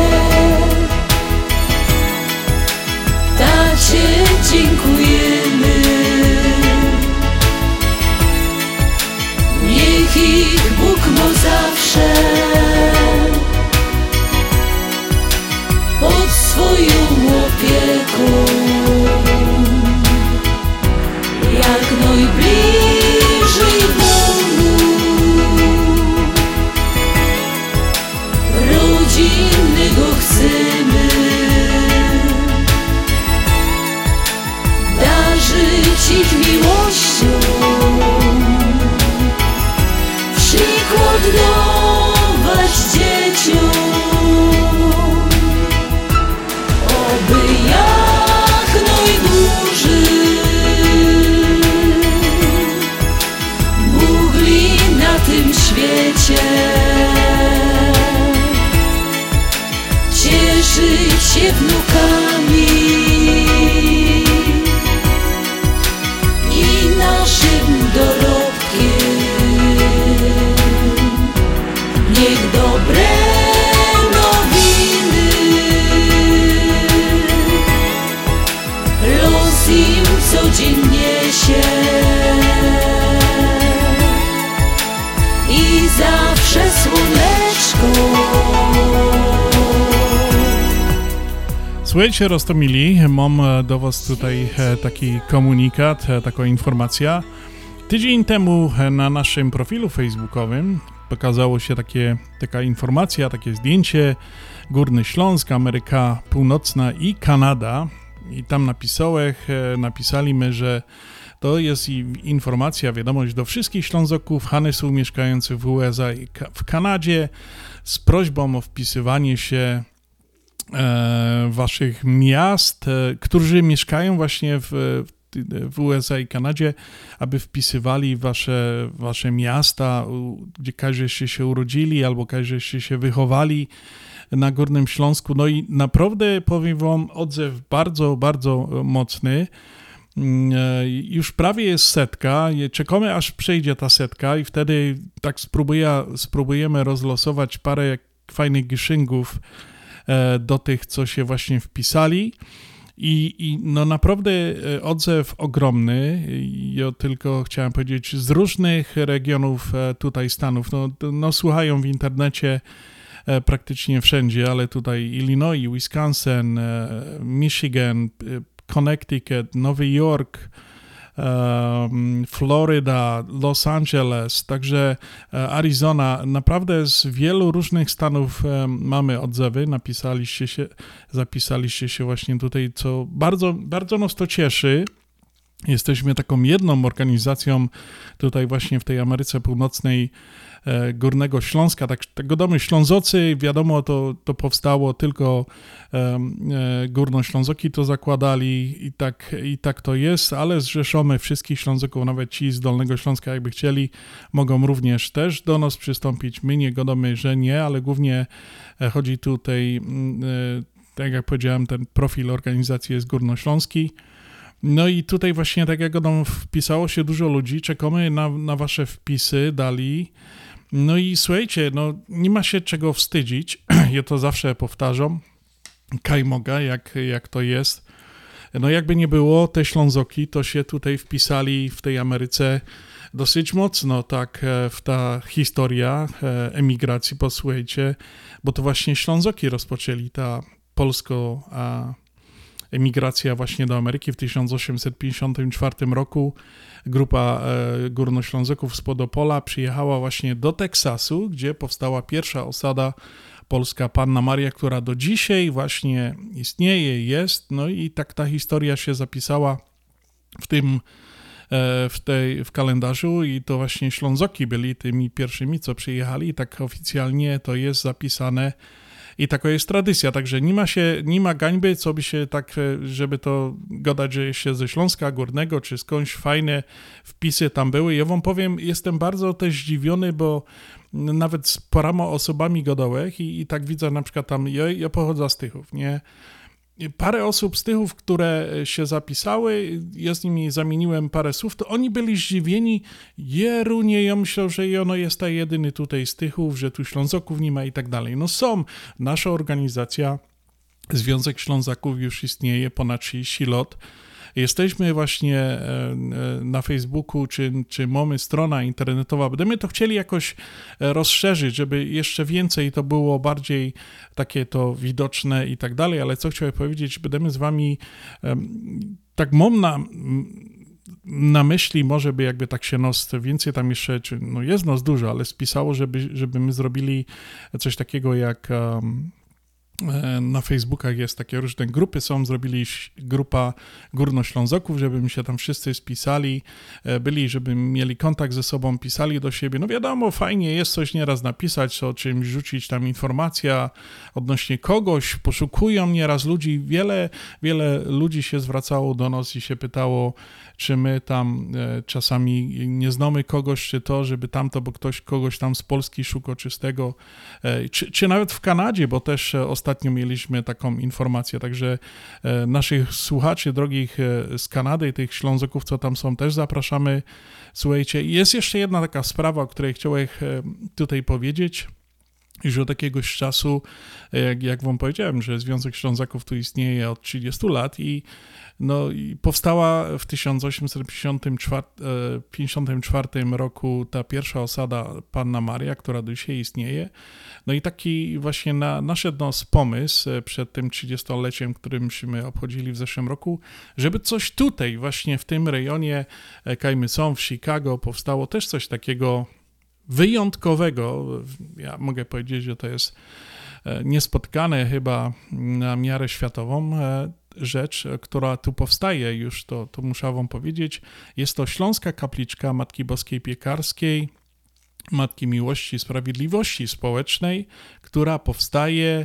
tacie dziękujemy. Niech ich Bóg ma zawsze pod swoją opieką, jak najbliżej domu. Rodzinnego chcemy Słuchajcie, Rostomili, mam do was tutaj taki komunikat, taka informacja. Tydzień temu na naszym profilu facebookowym pokazało się taka informacja, takie zdjęcie Górny Śląsk, Ameryka Północna i Kanada. I tam napisali my, że to jest informacja, wiadomość do wszystkich Ślązoków, Hanesów mieszkających w USA i w Kanadzie z prośbą o wpisywanie się waszych miast, którzy mieszkają właśnie w USA i Kanadzie, aby wpisywali wasze miasta, gdzie każdyście się urodzili albo każdyście się wychowali na Górnym Śląsku. No i naprawdę powiem wam, odzew bardzo, bardzo mocny. Już prawie jest 100. Czekamy, aż przejdzie ta 100 i wtedy tak spróbujemy rozlosować parę fajnych giszynków do tych, co się właśnie wpisali. I no naprawdę odzew ogromny. Ja tylko chciałem powiedzieć, z różnych regionów tutaj Stanów. No słuchają w internecie praktycznie wszędzie, ale tutaj Illinois, Wisconsin, Michigan, Connecticut, Nowy Jork, Florida, Los Angeles, także Arizona. Naprawdę z wielu różnych stanów mamy odzewy. Zapisaliście się właśnie tutaj, co bardzo, bardzo nas to cieszy. Jesteśmy taką jedną organizacją tutaj właśnie w tej Ameryce Północnej Górnego Śląska, tego domu Ślązocy, wiadomo, to powstało tylko Górnoślązoki to zakładali i tak to jest, ale zrzeszamy wszystkich Ślązoków, nawet ci z Dolnego Śląska, jakby chcieli, mogą również też do nas przystąpić. My nie gadamy, że nie, ale głównie chodzi tutaj, tak jak powiedziałem, ten profil organizacji jest Górnośląski. No i tutaj właśnie, tak jak wpisało się dużo ludzi, czekamy na wasze wpisy, dali. No i słuchajcie, no nie ma się czego wstydzić, ja to zawsze powtarzam, kaj mogę, jak to jest. No jakby nie było, te Ślązoki to się tutaj wpisali w tej Ameryce dosyć mocno, tak, w ta historia emigracji, posłuchajcie, bo to właśnie Ślązoki rozpoczęli ta emigracja właśnie do Ameryki w 1854 roku. Grupa Górnoślązoków z Podopola przyjechała właśnie do Teksasu, gdzie powstała pierwsza osada polska Panna Maria, która do dzisiaj właśnie istnieje, jest. No i tak ta historia się zapisała w kalendarzu i to właśnie Ślązoki byli tymi pierwszymi, co przyjechali i tak oficjalnie to jest zapisane. I taka jest tradycja, także nie ma gańby, co by się tak, żeby to gadać, że się ze Śląska Górnego, czy skądś fajne wpisy tam były. Ja wam powiem, jestem bardzo też zdziwiony, bo nawet z paroma osobami gadałem i tak widzę na przykład tam, ja pochodzę z Tychów, nie? Parę osób z Tychów, które się zapisały, ja z nimi zamieniłem parę słów, to oni byli zdziwieni, Jerunie, ja myślę, że ono jest ta jedyny tutaj z Tychów, że tu Ślązoków nie ma i tak dalej. No są, nasza organizacja, Związek Ślązaków już istnieje ponad 30 lat. Jesteśmy właśnie na Facebooku, czy mamy strona internetowa. Będziemy to chcieli jakoś rozszerzyć, żeby jeszcze więcej to było bardziej takie to widoczne i tak dalej, ale co chciałem powiedzieć, będziemy z wami, tak mam na myśli, może by jakby tak się nos więcej tam jeszcze, no jest nas dużo, ale spisało, żeby my zrobili coś takiego jak... Na Facebookach jest takie różne grupy zrobili grupa Górnoślązoków, żeby mi się tam wszyscy spisali, żeby mieli kontakt ze sobą, pisali do siebie. No wiadomo, fajnie jest coś nieraz napisać, o czymś rzucić tam informacja odnośnie kogoś, poszukują nieraz ludzi, wiele ludzi się zwracało do nas i się pytało, czy my tam czasami nie znamy kogoś, czy to, żeby tamto, bo ktoś kogoś tam z Polski szuka czystego, czy nawet w Kanadzie, bo też ostatnio mieliśmy taką informację, także naszych słuchaczy drogich z Kanady, tych Ślązoków, co tam są, też zapraszamy. Słuchajcie, jest jeszcze jedna taka sprawa, o której chciałem tutaj powiedzieć. już od jakiegoś czasu, jak wam powiedziałem, że Związek Ślązaków tu istnieje od 30 lat i powstała w 1854 roku ta pierwsza osada Panna Maria, która do dzisiaj istnieje. No i taki właśnie naszedł nas pomysł przed tym 30-leciem, którym myśmy obchodzili w zeszłym roku, żeby coś tutaj właśnie w tym rejonie Kajmy są w Chicago powstało też coś takiego wyjątkowego. Ja mogę powiedzieć, że to jest niespotkane chyba na miarę światową rzecz, która tu powstaje już, to muszę wam powiedzieć. Jest to Śląska Kapliczka Matki Boskiej Piekarskiej, Matki Miłości i Sprawiedliwości Społecznej, która powstaje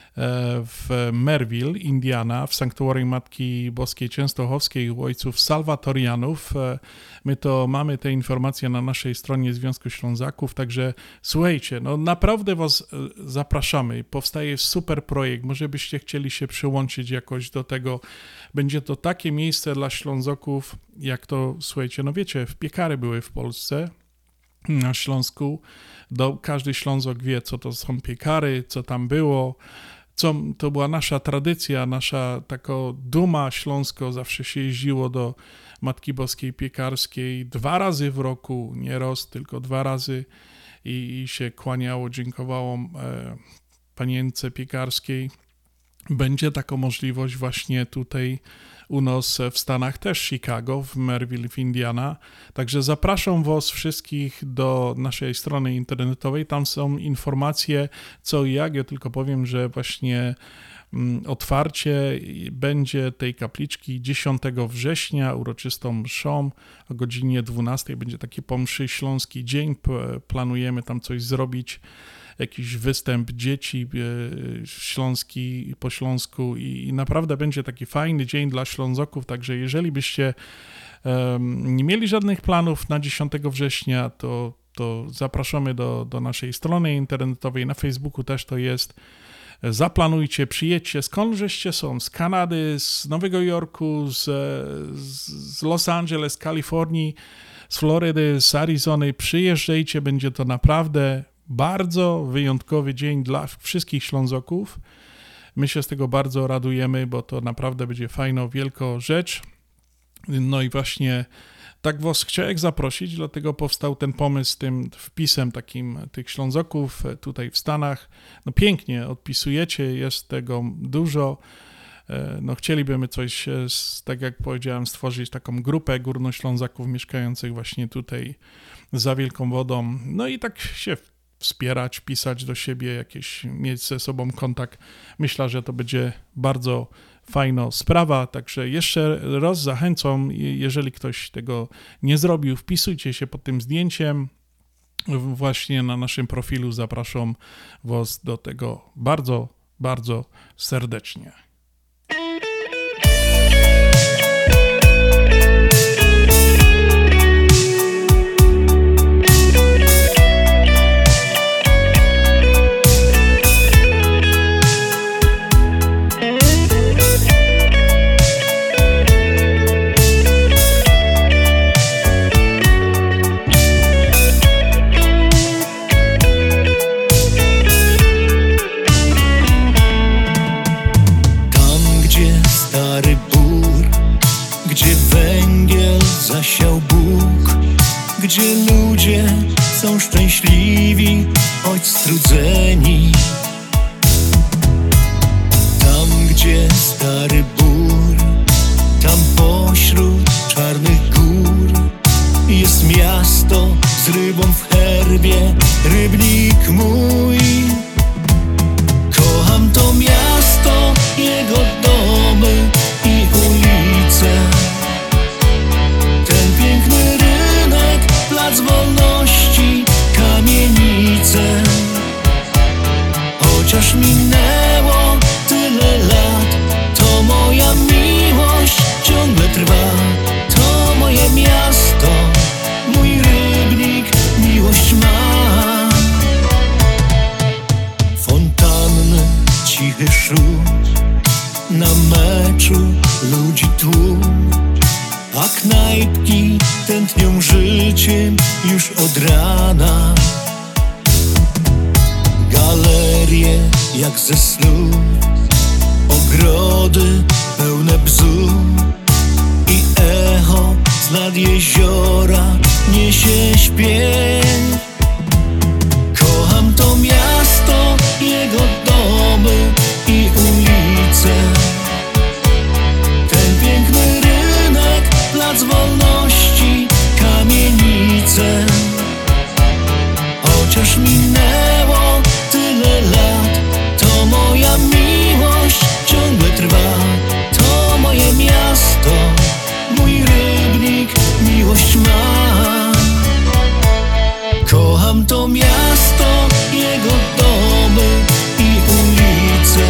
w Merville, Indiana, w sanktuarium Matki Boskiej Częstochowskiej u ojców salwatorianów. My to mamy te informacje na naszej stronie Związku Ślązaków, także słuchajcie, naprawdę was zapraszamy. Powstaje super projekt, może byście chcieli się przyłączyć jakoś do tego. Będzie to takie miejsce dla Ślązaków, jak to, słuchajcie, wiecie, piekary były w Polsce, na Śląsku. Każdy Ślązok wie, co to są piekary, co tam było. To była nasza tradycja, nasza taka duma Śląsko. Zawsze się jeździło do Matki Boskiej Piekarskiej 2 razy w roku, nie raz, tylko 2 razy i się kłaniało, dziękowało panience piekarskiej. Będzie taka możliwość właśnie tutaj u nas w Stanach też, Chicago, w Merville, w Indiana. Także zapraszam was wszystkich do naszej strony internetowej. Tam są informacje co i jak. Ja tylko powiem, że właśnie otwarcie będzie tej kapliczki 10 września, uroczystą mszą o godzinie 12. Będzie taki po mszy śląski dzień. Planujemy tam coś zrobić. Jakiś występ dzieci śląski po śląsku i naprawdę będzie taki fajny dzień dla Ślązoków, także jeżeli byście nie mieli żadnych planów na 10 września, to zapraszamy do naszej strony internetowej, na Facebooku też to jest. Zaplanujcie, przyjedźcie, skąd żeście są, z Kanady, z Nowego Jorku, z Los Angeles, z Kalifornii, z Florydy, z Arizony, przyjeżdżajcie, będzie to naprawdę bardzo wyjątkowy dzień dla wszystkich Ślązoków. My się z tego bardzo radujemy, bo to naprawdę będzie fajna, wielka rzecz. No i właśnie tak was chciałem zaprosić, dlatego powstał ten pomysł z tym wpisem takim tych Ślązoków tutaj w Stanach. Pięknie odpisujecie, jest tego dużo. Chcielibyśmy coś, tak jak powiedziałem, stworzyć taką grupę Górnoślązaków mieszkających właśnie tutaj za Wielką Wodą. No i tak się wspierać, pisać do siebie, mieć ze sobą kontakt. Myślę, że to będzie bardzo fajna sprawa, także jeszcze raz zachęcam, jeżeli ktoś tego nie zrobił, wpisujcie się pod tym zdjęciem właśnie na naszym profilu, zapraszam was do tego bardzo, bardzo serdecznie. Zasiał Bóg, gdzie ludzie są szczęśliwi, choć strudzeni. Tam, gdzie stary bór, tam pośród czarnych gór jest miasto z rybą w herbie, Rybnik mój. Kocham to miasto, jego domy i ulice. Piękny rynek, plac wolności, kamienice. Chociaż minęło tyle lat, to moja miłość ciągle trwa. To moje miasto, mój Rybnik, miłość ma. Fontanny, cichy szum, na meczu ludzi tłum. A knajpki tętnią życiem już od rana. Gale jak ze snu. Ogrody pełne bzu i echo z nad jeziora niesie śpiew. Kocham to miasto, jego domy i ulice, ten piękny rynek, plac wolności, kamienice. Chociaż minęło tyle lat, to moja miłość ciągle trwa. To moje miasto, mój rybnik, miłość ma. Kocham to miasto, jego domy i ulice,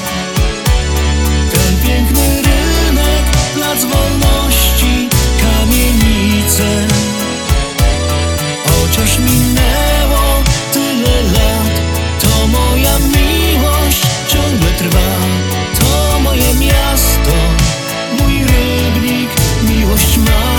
ten piękny rynek, plac wolności, kamienice. Chociaż minęło tyle lat, to moja miłość ciągle trwa. To moje miasto, mój rybnik, miłość ma.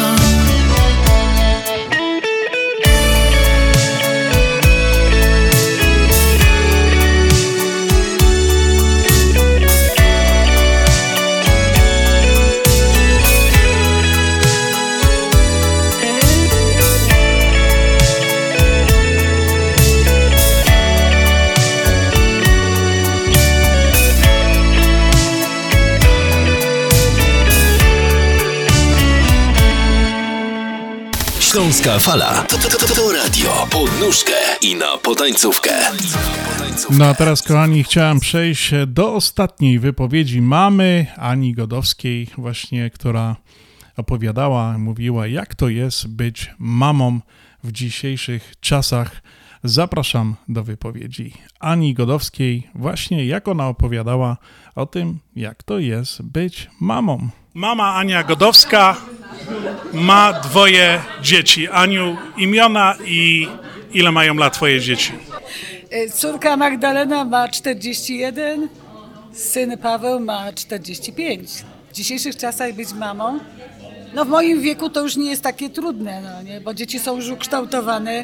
Śląska Fala to radio pod nóżkę i na potańcówkę. No a teraz, kochani, chciałem przejść do ostatniej wypowiedzi mamy Ani Godowskiej, właśnie, która opowiadała, mówiła, jak to jest być mamą w dzisiejszych czasach. Zapraszam do wypowiedzi Ani Godowskiej, właśnie jak ona opowiadała o tym, jak to jest być mamą. Mama Ania Godowska ma 2 dzieci. Aniu, imiona i ile mają lat twoje dzieci? Córka Magdalena ma 41, syn Paweł ma 45. W dzisiejszych czasach być mamą, no w moim wieku to już nie jest takie trudne, no nie? Bo dzieci są już ukształtowane,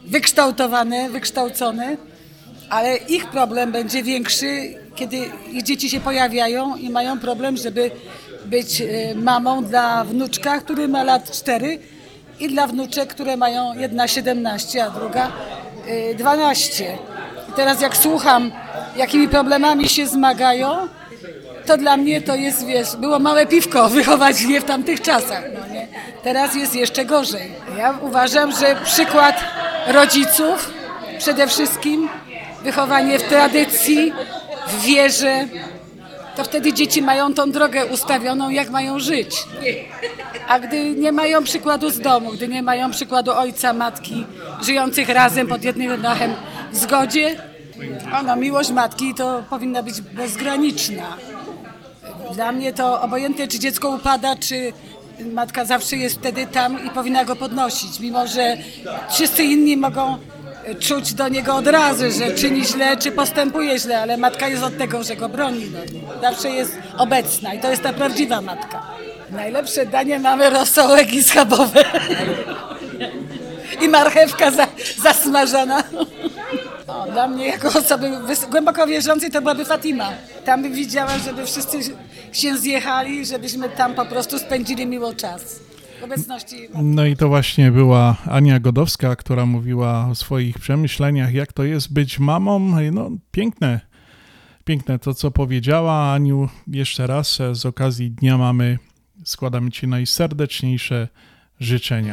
wykształcone, ale ich problem będzie większy, kiedy ich dzieci się pojawiają i mają problem, żeby być mamą dla wnuczka, który ma lat 4 i dla wnuczek, które mają jedna 17, a druga 12. I teraz jak słucham, jakimi problemami się zmagają, to dla mnie to jest, wiesz, było małe piwko wychować je w tamtych czasach, no nie? Teraz jest jeszcze gorzej. Ja uważam, że przykład rodziców, przede wszystkim wychowanie w tradycji, w wierze, to wtedy dzieci mają tą drogę ustawioną, jak mają żyć. A gdy nie mają przykładu z domu, gdy nie mają przykładu ojca, matki, żyjących razem pod jednym dachem w zgodzie, miłość matki to powinna być bezgraniczna. Dla mnie to obojętnie, czy dziecko upada, czy matka zawsze jest wtedy tam i powinna go podnosić, mimo że wszyscy inni mogą czuć do niego od razu, że czyni źle, czy postępuje źle, ale matka jest od tego, że go broni. No. Zawsze jest obecna i to jest ta prawdziwa matka. Najlepsze danie mamy rosołek schabowe i marchewka zasmażana. Dla mnie jako osoby głęboko wierzącej to byłaby Fatima. Tam bym widziała, żeby wszyscy się zjechali, żebyśmy tam po prostu spędzili miło czas. W obecności... No i to właśnie była Ania Godowska, która mówiła o swoich przemyśleniach, jak to jest być mamą. No piękne to, co powiedziała. Aniu, jeszcze raz z okazji Dnia Mamy składamy Ci najserdeczniejsze życzenia.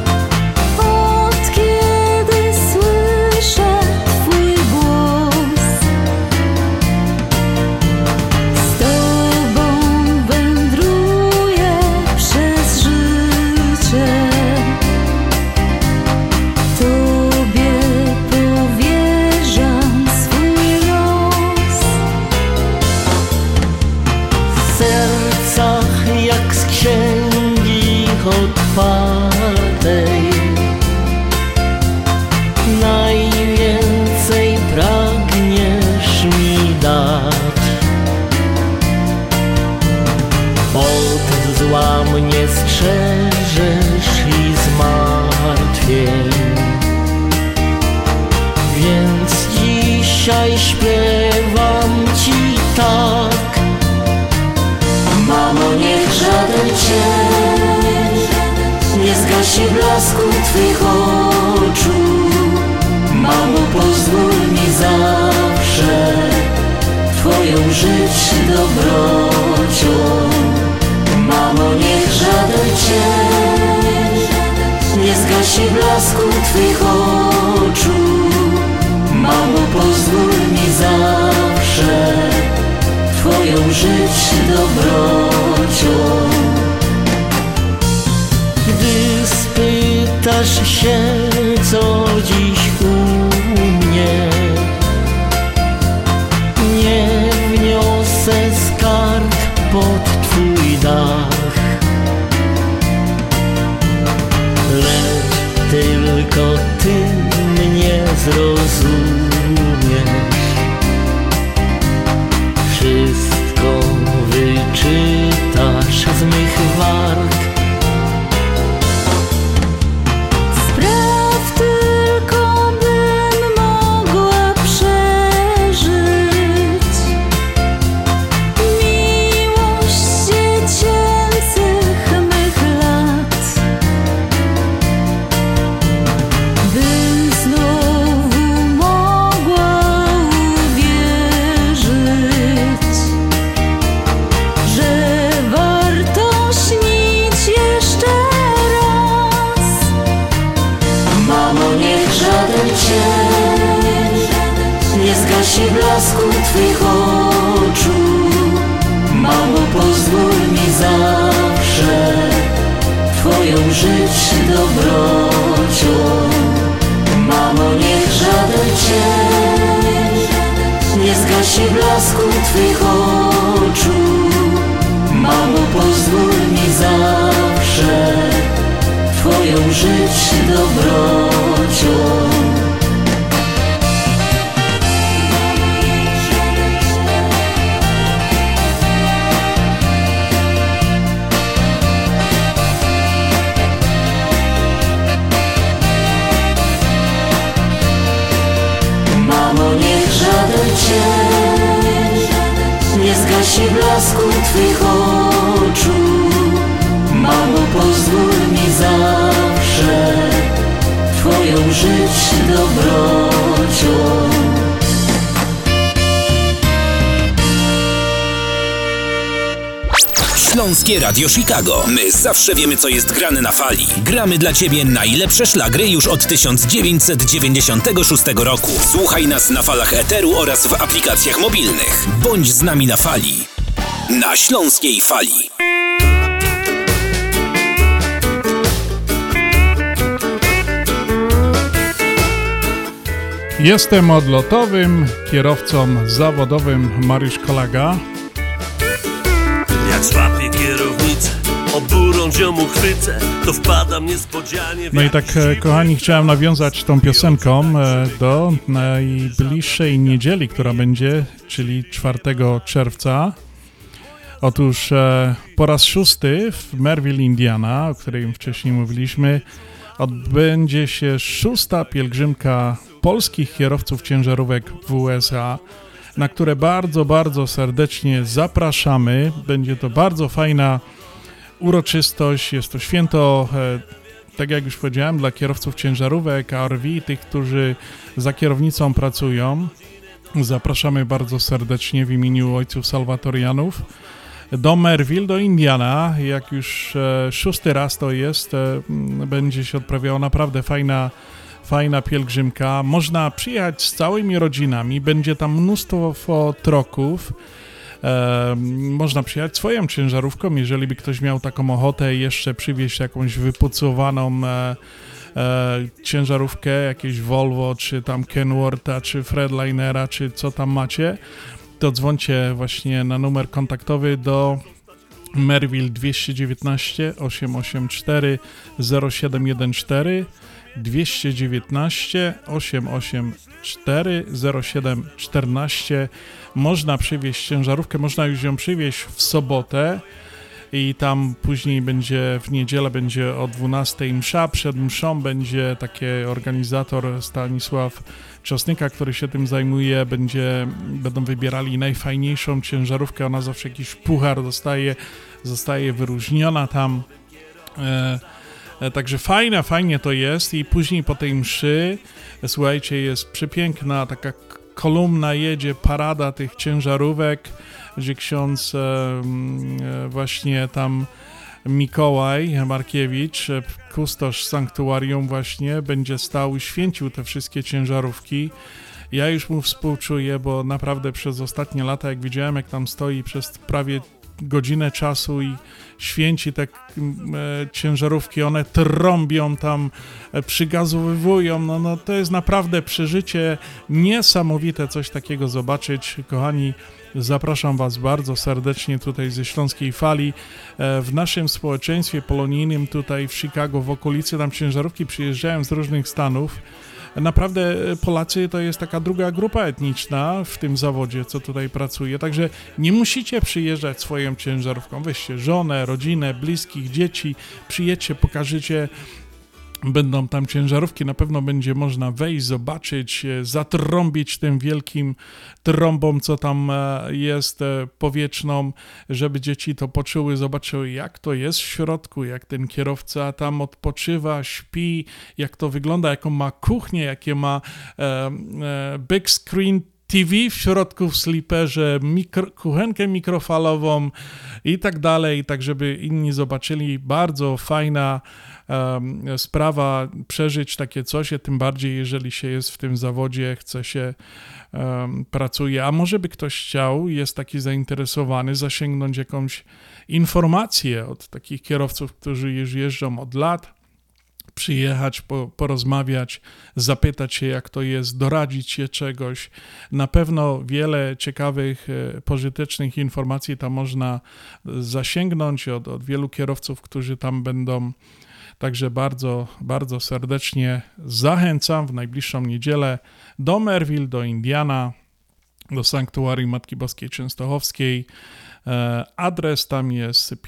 Od kiedy słyszę Twój głos, śpiewam ci tak. Mamo, niech żaden cień nie zgasi blasku twych oczu. Mamo, pozwól mi zawsze Twoją żyć dobrocią. Mamo, niech żaden cień nie zgasi blasku twych oczu. Mamo, pozwól mi zawsze Twoją żyć dobrocią. Gdy spytasz się, co dziś u mnie, nie wniosę skarg pod Twój dach, lecz tylko Ty mnie zrozumiesz. Wszystko wyczytasz z mych warg. Spraw tylko, bym mogła przeżyć miłość dziecięcych mych lat, bym znowu mogła uwierzyć, że warto śnić jeszcze raz. Mamo, niech żaden cień nie zgasi blasku Twych oczu. Mamo, pozwól mi zawsze Twoją żyć dobrocią. Mamo, niech żaden cień nie zgasi blasku Twych oczu. Mamo, pozwól mi zawsze Twoją żyć dobrocią. Mamo, niech żaden cień nie zgasi blasku Twych oczu. Mamo, pozwól mi zawsze Twoją żyć dobrocią. Śląskie Radio Chicago. My zawsze wiemy, co jest grane na fali. Gramy dla Ciebie najlepsze szlagry już od 1996 roku. Słuchaj nas na falach eteru oraz w aplikacjach mobilnych. Bądź z nami na fali. Na Śląskiej Fali. Jestem odlotowym kierowcą zawodowym Mariusz Kolaga. Jak złapię kierownicę, oburą ziomu chwycę, to wpadam niespodzianie. No i tak, kochani, chciałem nawiązać tą piosenką do najbliższej niedzieli, która będzie, czyli 4 czerwca. Otóż po raz 6 w Merville, Indiana, o której wcześniej mówiliśmy, odbędzie się 6. pielgrzymka polskich kierowców ciężarówek w USA, na które bardzo, bardzo serdecznie zapraszamy. Będzie to bardzo fajna uroczystość, jest to święto, tak jak już powiedziałem, dla kierowców ciężarówek, RV, tych, którzy za kierownicą pracują. Zapraszamy bardzo serdecznie w imieniu ojców salwatorianów do Merville, do Indiana. Jak już 6. raz to jest, będzie się odprawiała naprawdę fajna pielgrzymka. Można przyjechać z całymi rodzinami, będzie tam mnóstwo troków. Można przyjechać swoją ciężarówką, jeżeli by ktoś miał taką ochotę jeszcze przywieźć jakąś wypucowaną ciężarówkę, jakieś Volvo, czy tam Kenwortha, czy Fredlinera, czy co tam macie, to dzwońcie właśnie na numer kontaktowy do Merville 219 884 0714 219 884 0714. Można przywieźć ciężarówkę, można już ją przywieźć w sobotę. i tam później będzie w niedzielę będzie o 12 msza, przed mszą będzie taki organizator Stanisław Czosnyka, który się tym zajmuje, będą wybierali najfajniejszą ciężarówkę, ona zawsze jakiś puchar zostaje wyróżniona tam, także fajnie to jest i później po tej mszy, słuchajcie, jest przepiękna taka kolumna, jedzie parada tych ciężarówek, gdzie ksiądz właśnie tam Mikołaj Markiewicz, kustosz sanktuarium właśnie, będzie stał i święcił te wszystkie ciężarówki. Ja już mu współczuję, bo naprawdę przez ostatnie lata, jak widziałem, jak tam stoi przez prawie godzinę czasu i święci te ciężarówki, one trąbią tam, przygazowywują, no to jest naprawdę przeżycie niesamowite coś takiego zobaczyć. Kochani, zapraszam Was bardzo serdecznie tutaj ze Śląskiej Fali. W naszym społeczeństwie polonijnym tutaj w Chicago, w okolicy, tam ciężarówki przyjeżdżają z różnych stanów. Naprawdę Polacy to jest taka druga grupa etniczna w tym zawodzie, co tutaj pracuje, także nie musicie przyjeżdżać swoją ciężarówką. Weźcie żonę, rodzinę, bliskich, dzieci, przyjedźcie, pokażecie. Będą tam ciężarówki, na pewno będzie można wejść, zobaczyć, zatrąbić tym wielkim trąbą, co tam jest powietrzną, żeby dzieci to poczuły, zobaczyły, jak to jest w środku, jak ten kierowca tam odpoczywa, śpi, jak to wygląda, jaką ma kuchnię, jakie ma big screen TV w środku w sleeperze, kuchenkę mikrofalową i tak dalej, tak żeby inni zobaczyli. Bardzo fajna sprawa przeżyć takie coś, tym bardziej jeżeli się jest w tym zawodzie, chce się, pracuje, a może by ktoś chciał, jest taki zainteresowany, zasięgnąć jakąś informację od takich kierowców, którzy już jeżdżą od lat, przyjechać, porozmawiać, zapytać się, jak to jest, doradzić się czegoś. Na pewno wiele ciekawych, pożytecznych informacji tam można zasięgnąć od wielu kierowców, którzy tam będą. Także bardzo, bardzo serdecznie zachęcam w najbliższą niedzielę do Merville, do Indiana, do Sanktuarium Matki Boskiej Częstochowskiej. Adres tam jest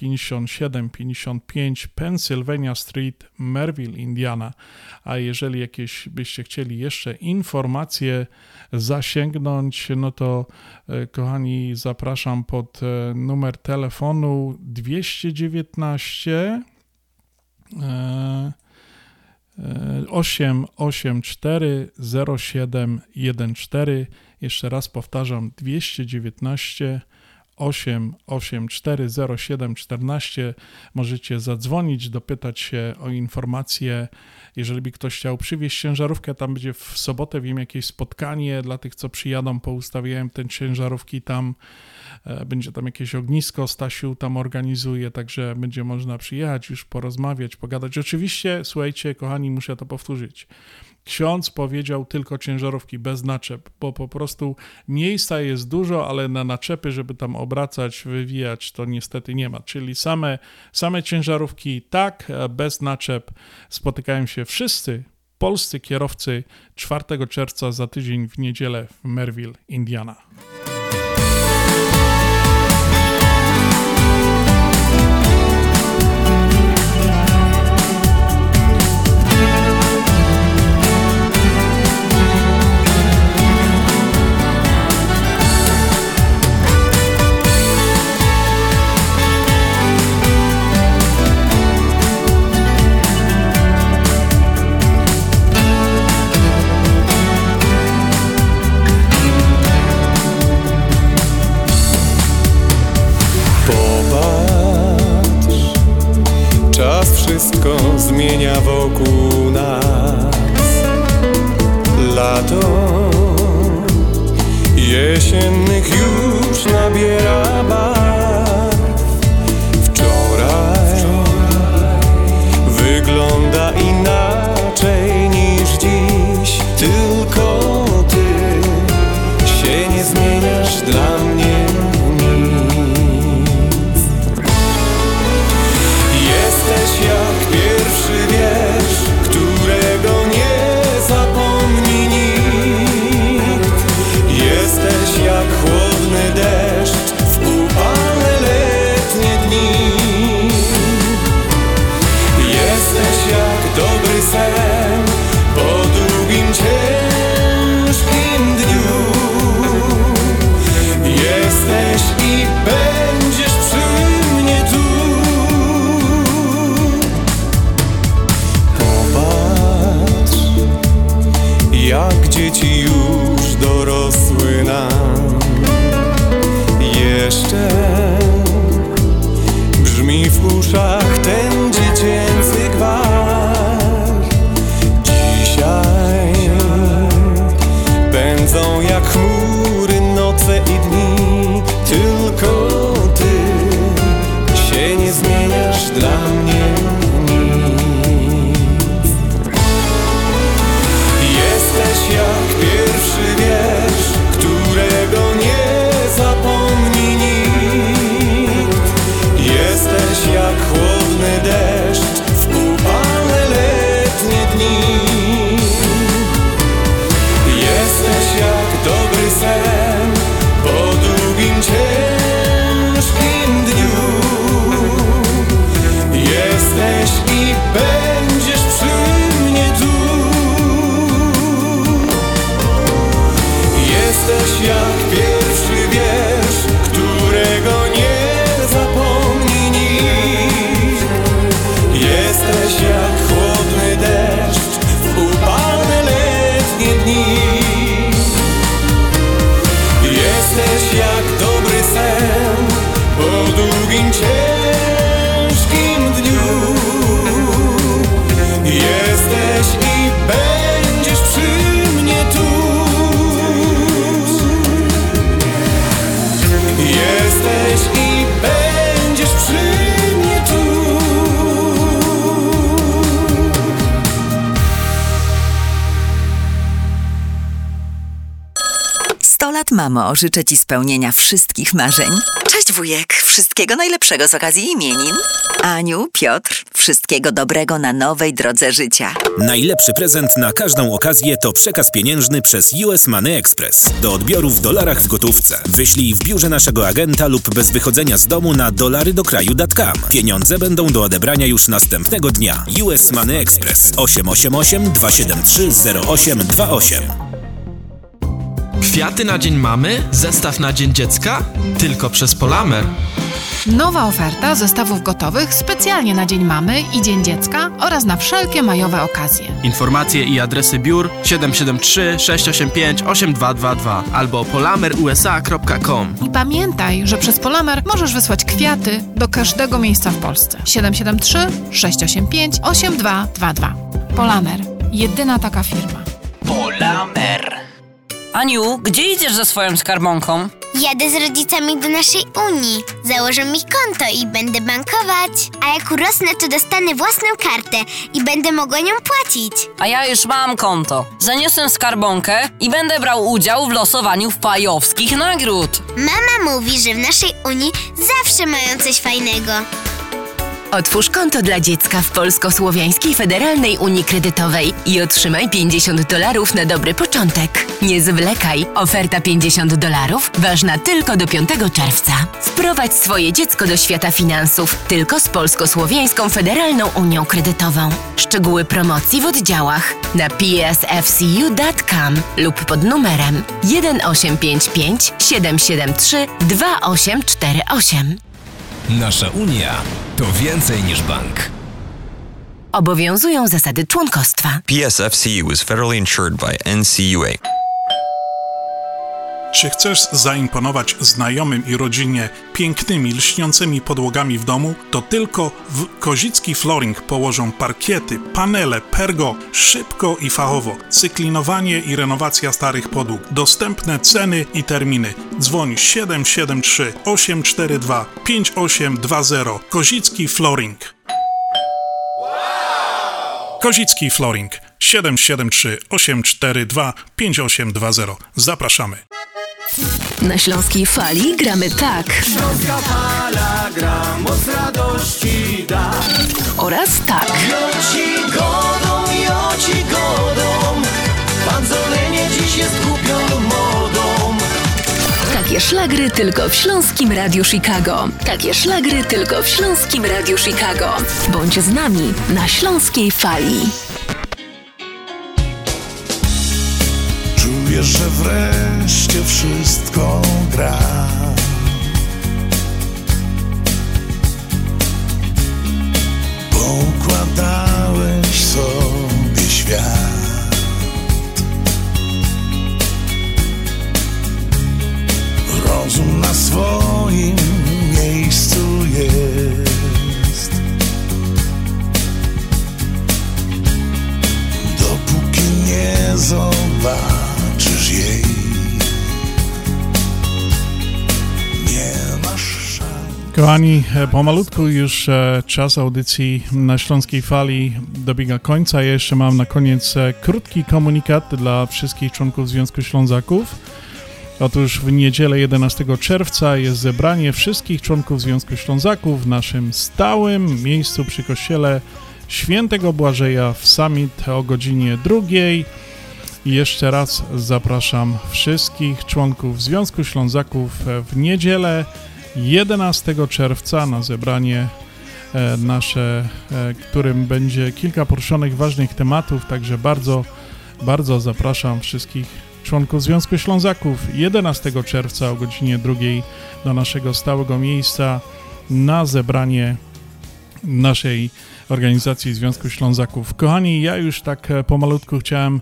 5755 Pennsylvania Street, Merville, Indiana. A jeżeli jakieś byście chcieli jeszcze informacje zasięgnąć, no to kochani, zapraszam pod numer telefonu 219 884 0714. Jeszcze raz powtarzam, 219 884 0714. Możecie zadzwonić, dopytać się o informacje. Jeżeli by ktoś chciał przywieźć ciężarówkę, tam będzie w sobotę, wiem, jakieś spotkanie dla tych, co przyjadą, poustawiałem te ciężarówki tam. Będzie tam jakieś ognisko, Stasiu tam organizuje, także będzie można przyjechać, już porozmawiać, pogadać. Oczywiście, słuchajcie, kochani, muszę to powtórzyć. Ksiądz powiedział tylko ciężarówki bez naczep, bo po prostu miejsca jest dużo, ale na naczepy, żeby tam obracać, wywijać, to niestety nie ma. Czyli same ciężarówki, tak, bez naczep. Spotykają się wszyscy polscy kierowcy 4 czerwca za tydzień w niedzielę w Merville, Indiana. Czas wszystko zmienia wokół nas. Lato jesiennych już nabiera barw. Wczoraj wygląda inaczej niż dziś. Tylko ty się nie zmieniasz dla mnie. Jak pierwszy wiersz, którego nie zapomni nikt. Jesteś jak chłodny deszcz w upale. dzieci już dorosły nam. Jeszcze brzmi w uszach ten dziecięcy gwar. Dzisiaj pędzą jak chmury noce i dni, tylko ty się nie zmieniasz dla mnie nic. Jesteś jak pierwszy wiersz, którego nie zapomni nikt. Jesteś jak chłodny deszcz w upalne letnie dni. Jesteś jak dobry sen po długim, ciężkim dniu. Jesteś i będziesz przy mnie tu. Jesteś jak pierwszy wiersz, którego nie zapomni nikt. Jesteś jak chłodny deszcz w upalne letnie dni. Jesteś jak dobry sen po długim, ciężkim dniu. Jesteś i będziesz przy mnie tu. Jesteś i będziesz przy mnie tu. 100 lat, mamo, życzę Ci spełnienia wszystkich marzeń. Cześć, wujek, wszystkiego najlepszego z okazji imienin. Aniu, Piotr, wszystkiego dobrego na nowej drodze życia. Najlepszy prezent na każdą okazję to przekaz pieniężny przez US Money Express. Do odbioru w dolarach w gotówce. Wyślij w biurze naszego agenta lub bez wychodzenia z domu na dolarydokraju.com. Pieniądze będą do odebrania już następnego dnia. US Money Express 888 273 0828. Kwiaty na Dzień Mamy? Zestaw na Dzień Dziecka? Tylko przez Polamer. Nowa oferta zestawów gotowych specjalnie na Dzień Mamy i Dzień Dziecka oraz na wszelkie majowe okazje. Informacje i adresy biur 773 685 8222 albo polamerusa.com. I pamiętaj, że przez Polamer możesz wysłać kwiaty do każdego miejsca w Polsce. 773 685 8222. Polamer. Jedyna taka firma. Polamer. Aniu, gdzie idziesz ze swoją skarbonką? Jadę z rodzicami do naszej Unii. Założę mi konto i będę bankować. A jak urosnę, to dostanę własną kartę i będę mogła nią płacić. A ja już mam konto. Zaniosę skarbonkę i będę brał udział w losowaniu fajowskich nagród. Mama mówi, że w naszej Unii zawsze mają coś fajnego. Otwórz konto dla dziecka w Polsko-Słowiańskiej Federalnej Unii Kredytowej i otrzymaj $50 na dobry początek. Nie zwlekaj. Oferta $50 ważna tylko do 5 czerwca. Wprowadź swoje dziecko do świata finansów tylko z Polsko-Słowiańską Federalną Unią Kredytową. Szczegóły promocji w oddziałach na psfcu.com lub pod numerem 1855 773 2848. Nasza Unia to więcej niż bank. Obowiązują zasady członkostwa. PSFCU is federally insured by NCUA. Czy chcesz zaimponować znajomym i rodzinie pięknymi, lśniącymi podłogami w domu? To tylko w Kozicki Flooring położą parkiety, panele, pergo, szybko i fachowo. Cyklinowanie i renowacja starych podłóg. Dostępne ceny i terminy. Dzwoń 773 842 5820. Kozicki Flooring. Kozicki Flooring 773 842 5820. Zapraszamy. Na Śląskiej Fali gramy tak. Śląska Fala gra, moc radości da. Oraz tak. Joci godą, panzolenie dziś jest głupią modą. Takie szlagry tylko w Śląskim Radiu Chicago. Takie szlagry tylko w Śląskim Radiu Chicago. Bądź z nami na Śląskiej Fali. Czuję, że wreszcie wszystko gra. Poukładałeś sobie świat. Kochani, pomalutku już czas audycji na Śląskiej Fali dobiega końca. Ja jeszcze mam na koniec krótki komunikat dla wszystkich członków Związku Ślązaków. Otóż w niedzielę 11 czerwca jest zebranie wszystkich członków Związku Ślązaków w naszym stałym miejscu przy kościele Świętego Błażeja w Summit o godzinie 2:00. I jeszcze raz zapraszam wszystkich członków Związku Ślązaków w niedzielę 11 czerwca na zebranie nasze, którym będzie kilka poruszonych ważnych tematów, także bardzo, bardzo zapraszam wszystkich członków Związku Ślązaków 11 czerwca o godzinie 2:00 do naszego stałego miejsca na zebranie naszej organizacji Związku Ślązaków. Kochani, ja już tak pomalutku chciałem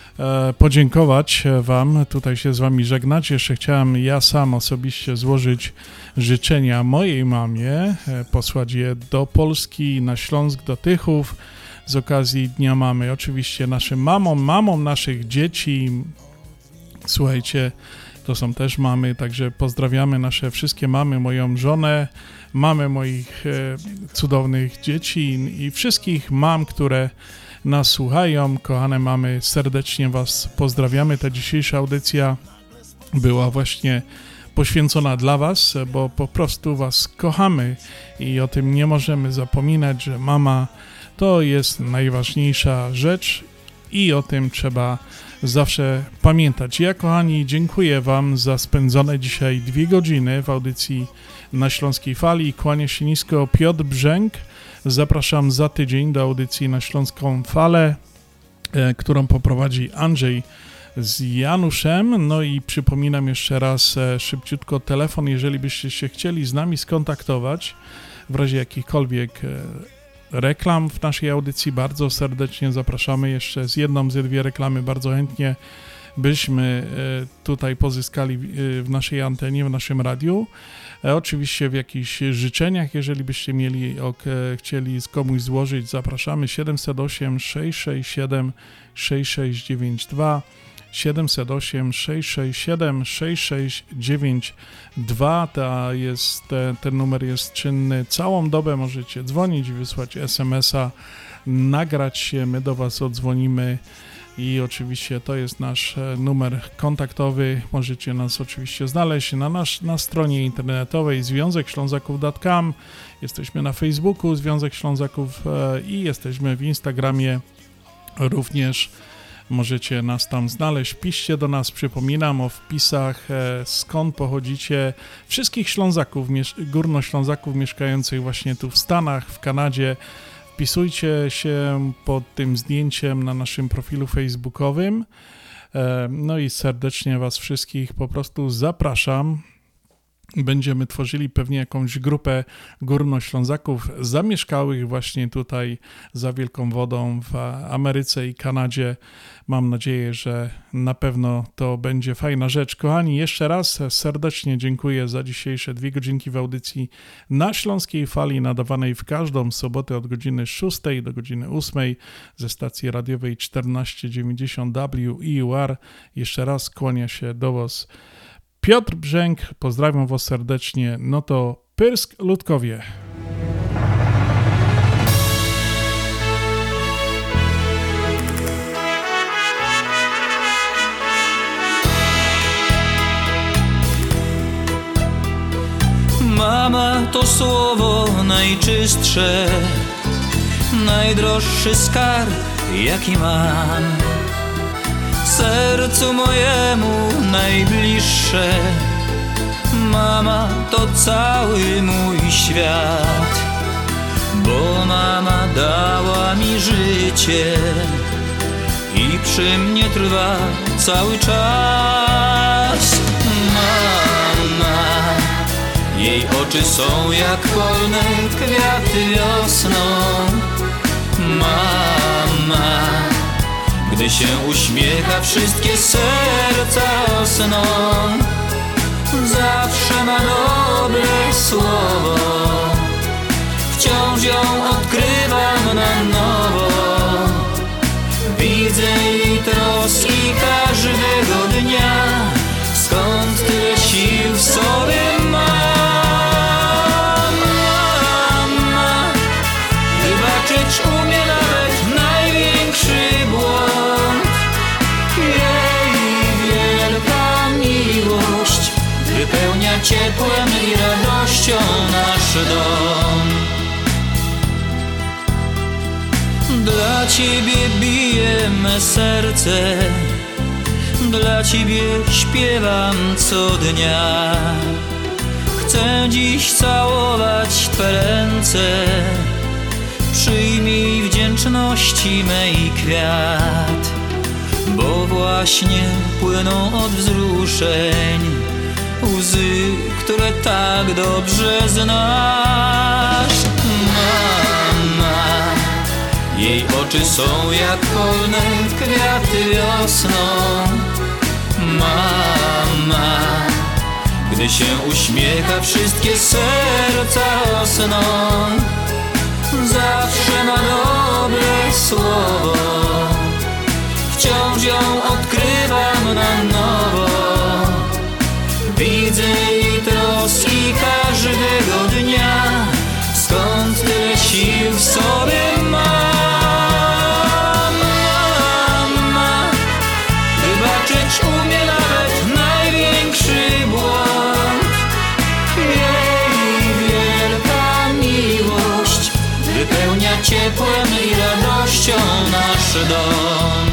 podziękować Wam, tutaj się z Wami żegnać. Jeszcze chciałem ja sam osobiście złożyć życzenia mojej mamie, posłać je do Polski, na Śląsk, do Tychów z okazji Dnia Mamy. Oczywiście naszym mamom naszych dzieci. Słuchajcie, to są też mamy, także pozdrawiamy nasze wszystkie mamy, moją żonę, mamy moich cudownych dzieci i wszystkich mam, które nas słuchają. Kochane mamy, serdecznie Was pozdrawiamy. Ta dzisiejsza audycja była właśnie poświęcona dla Was, bo po prostu Was kochamy i o tym nie możemy zapominać, że mama to jest najważniejsza rzecz i o tym trzeba zawsze pamiętać. Ja, kochani, dziękuję Wam za spędzone dzisiaj 2 godziny w audycji na Śląskiej Fali. Kłania się nisko Piotr Brzęk. Zapraszam za tydzień do audycji na Śląską Falę, którą poprowadzi Andrzej z Januszem. No i przypominam jeszcze raz szybciutko telefon, jeżeli byście się chcieli z nami skontaktować w razie jakichkolwiek reklam w naszej audycji. Bardzo serdecznie zapraszamy jeszcze z jedną, ze 2 reklamy. Bardzo chętnie byśmy tutaj pozyskali w naszej antenie, w naszym radiu. Oczywiście w jakichś życzeniach, jeżeli byście chcieli komuś złożyć, zapraszamy 708 667 6692 708 667 6692. Ten numer jest czynny całą dobę, możecie dzwonić, wysłać SMS-a, nagrać się, my do Was odzwonimy i oczywiście to jest nasz numer kontaktowy. Możecie nas oczywiście znaleźć na stronie internetowej związekślązaków.com. Jesteśmy na Facebooku Związek Ślązaków i jesteśmy w Instagramie również. Możecie nas tam znaleźć. Piszcie do nas, przypominam o wpisach, skąd pochodzicie, wszystkich Ślązaków, górnoślązaków mieszkających właśnie tu w Stanach, w Kanadzie. Wpisujcie się pod tym zdjęciem na naszym profilu facebookowym. No i serdecznie Was wszystkich po prostu zapraszam. Będziemy tworzyli pewnie jakąś grupę górnoślązaków zamieszkałych właśnie tutaj za Wielką Wodą w Ameryce i Kanadzie. Mam nadzieję, że na pewno to będzie fajna rzecz. Kochani, jeszcze raz serdecznie dziękuję za dzisiejsze 2 godzinki w audycji na Śląskiej Fali, nadawanej w każdą sobotę od godziny 6 do godziny 8 ze stacji radiowej 1490 WEUR. Jeszcze raz kłania się do Was Piotr Brzęk, pozdrawiam Was serdecznie, no to Pyrsk Ludkowie. Mama to słowo najczystsze, najdroższy skarb, jaki mam. Sercu mojemu najbliższe, mama to cały mój świat, bo mama dała mi życie i przy mnie trwa cały czas. Mama, jej oczy są jak polne kwiaty wiosną. Mama, gdy się uśmiecha, wszystkie serca rosną. Zawsze ma dobre słowo, wciąż ją odkrywam na nowo. Widzę jej troski każdego dnia, skąd tyle sił w sobie ma. dom. Dla Ciebie bije me serce, dla Ciebie śpiewam co dnia. Chcę dziś całować Twe ręce, przyjmij wdzięczności mej kwiat, bo właśnie płyną od wzruszeń łzy, które tak dobrze znasz. Mama, jej oczy są jak polne kwiaty wiosną. Mama, gdy się uśmiecha, wszystkie serca rosną. Zawsze ma dobre słowo, wciąż ją odkrywam na nowo. Widzę jej troski każdego dnia, skąd tyle sił w sobie ma. Mama, wybaczyć umie nawet największy błąd. Jej wielka miłość wypełnia ciepłem i radością nasz dom.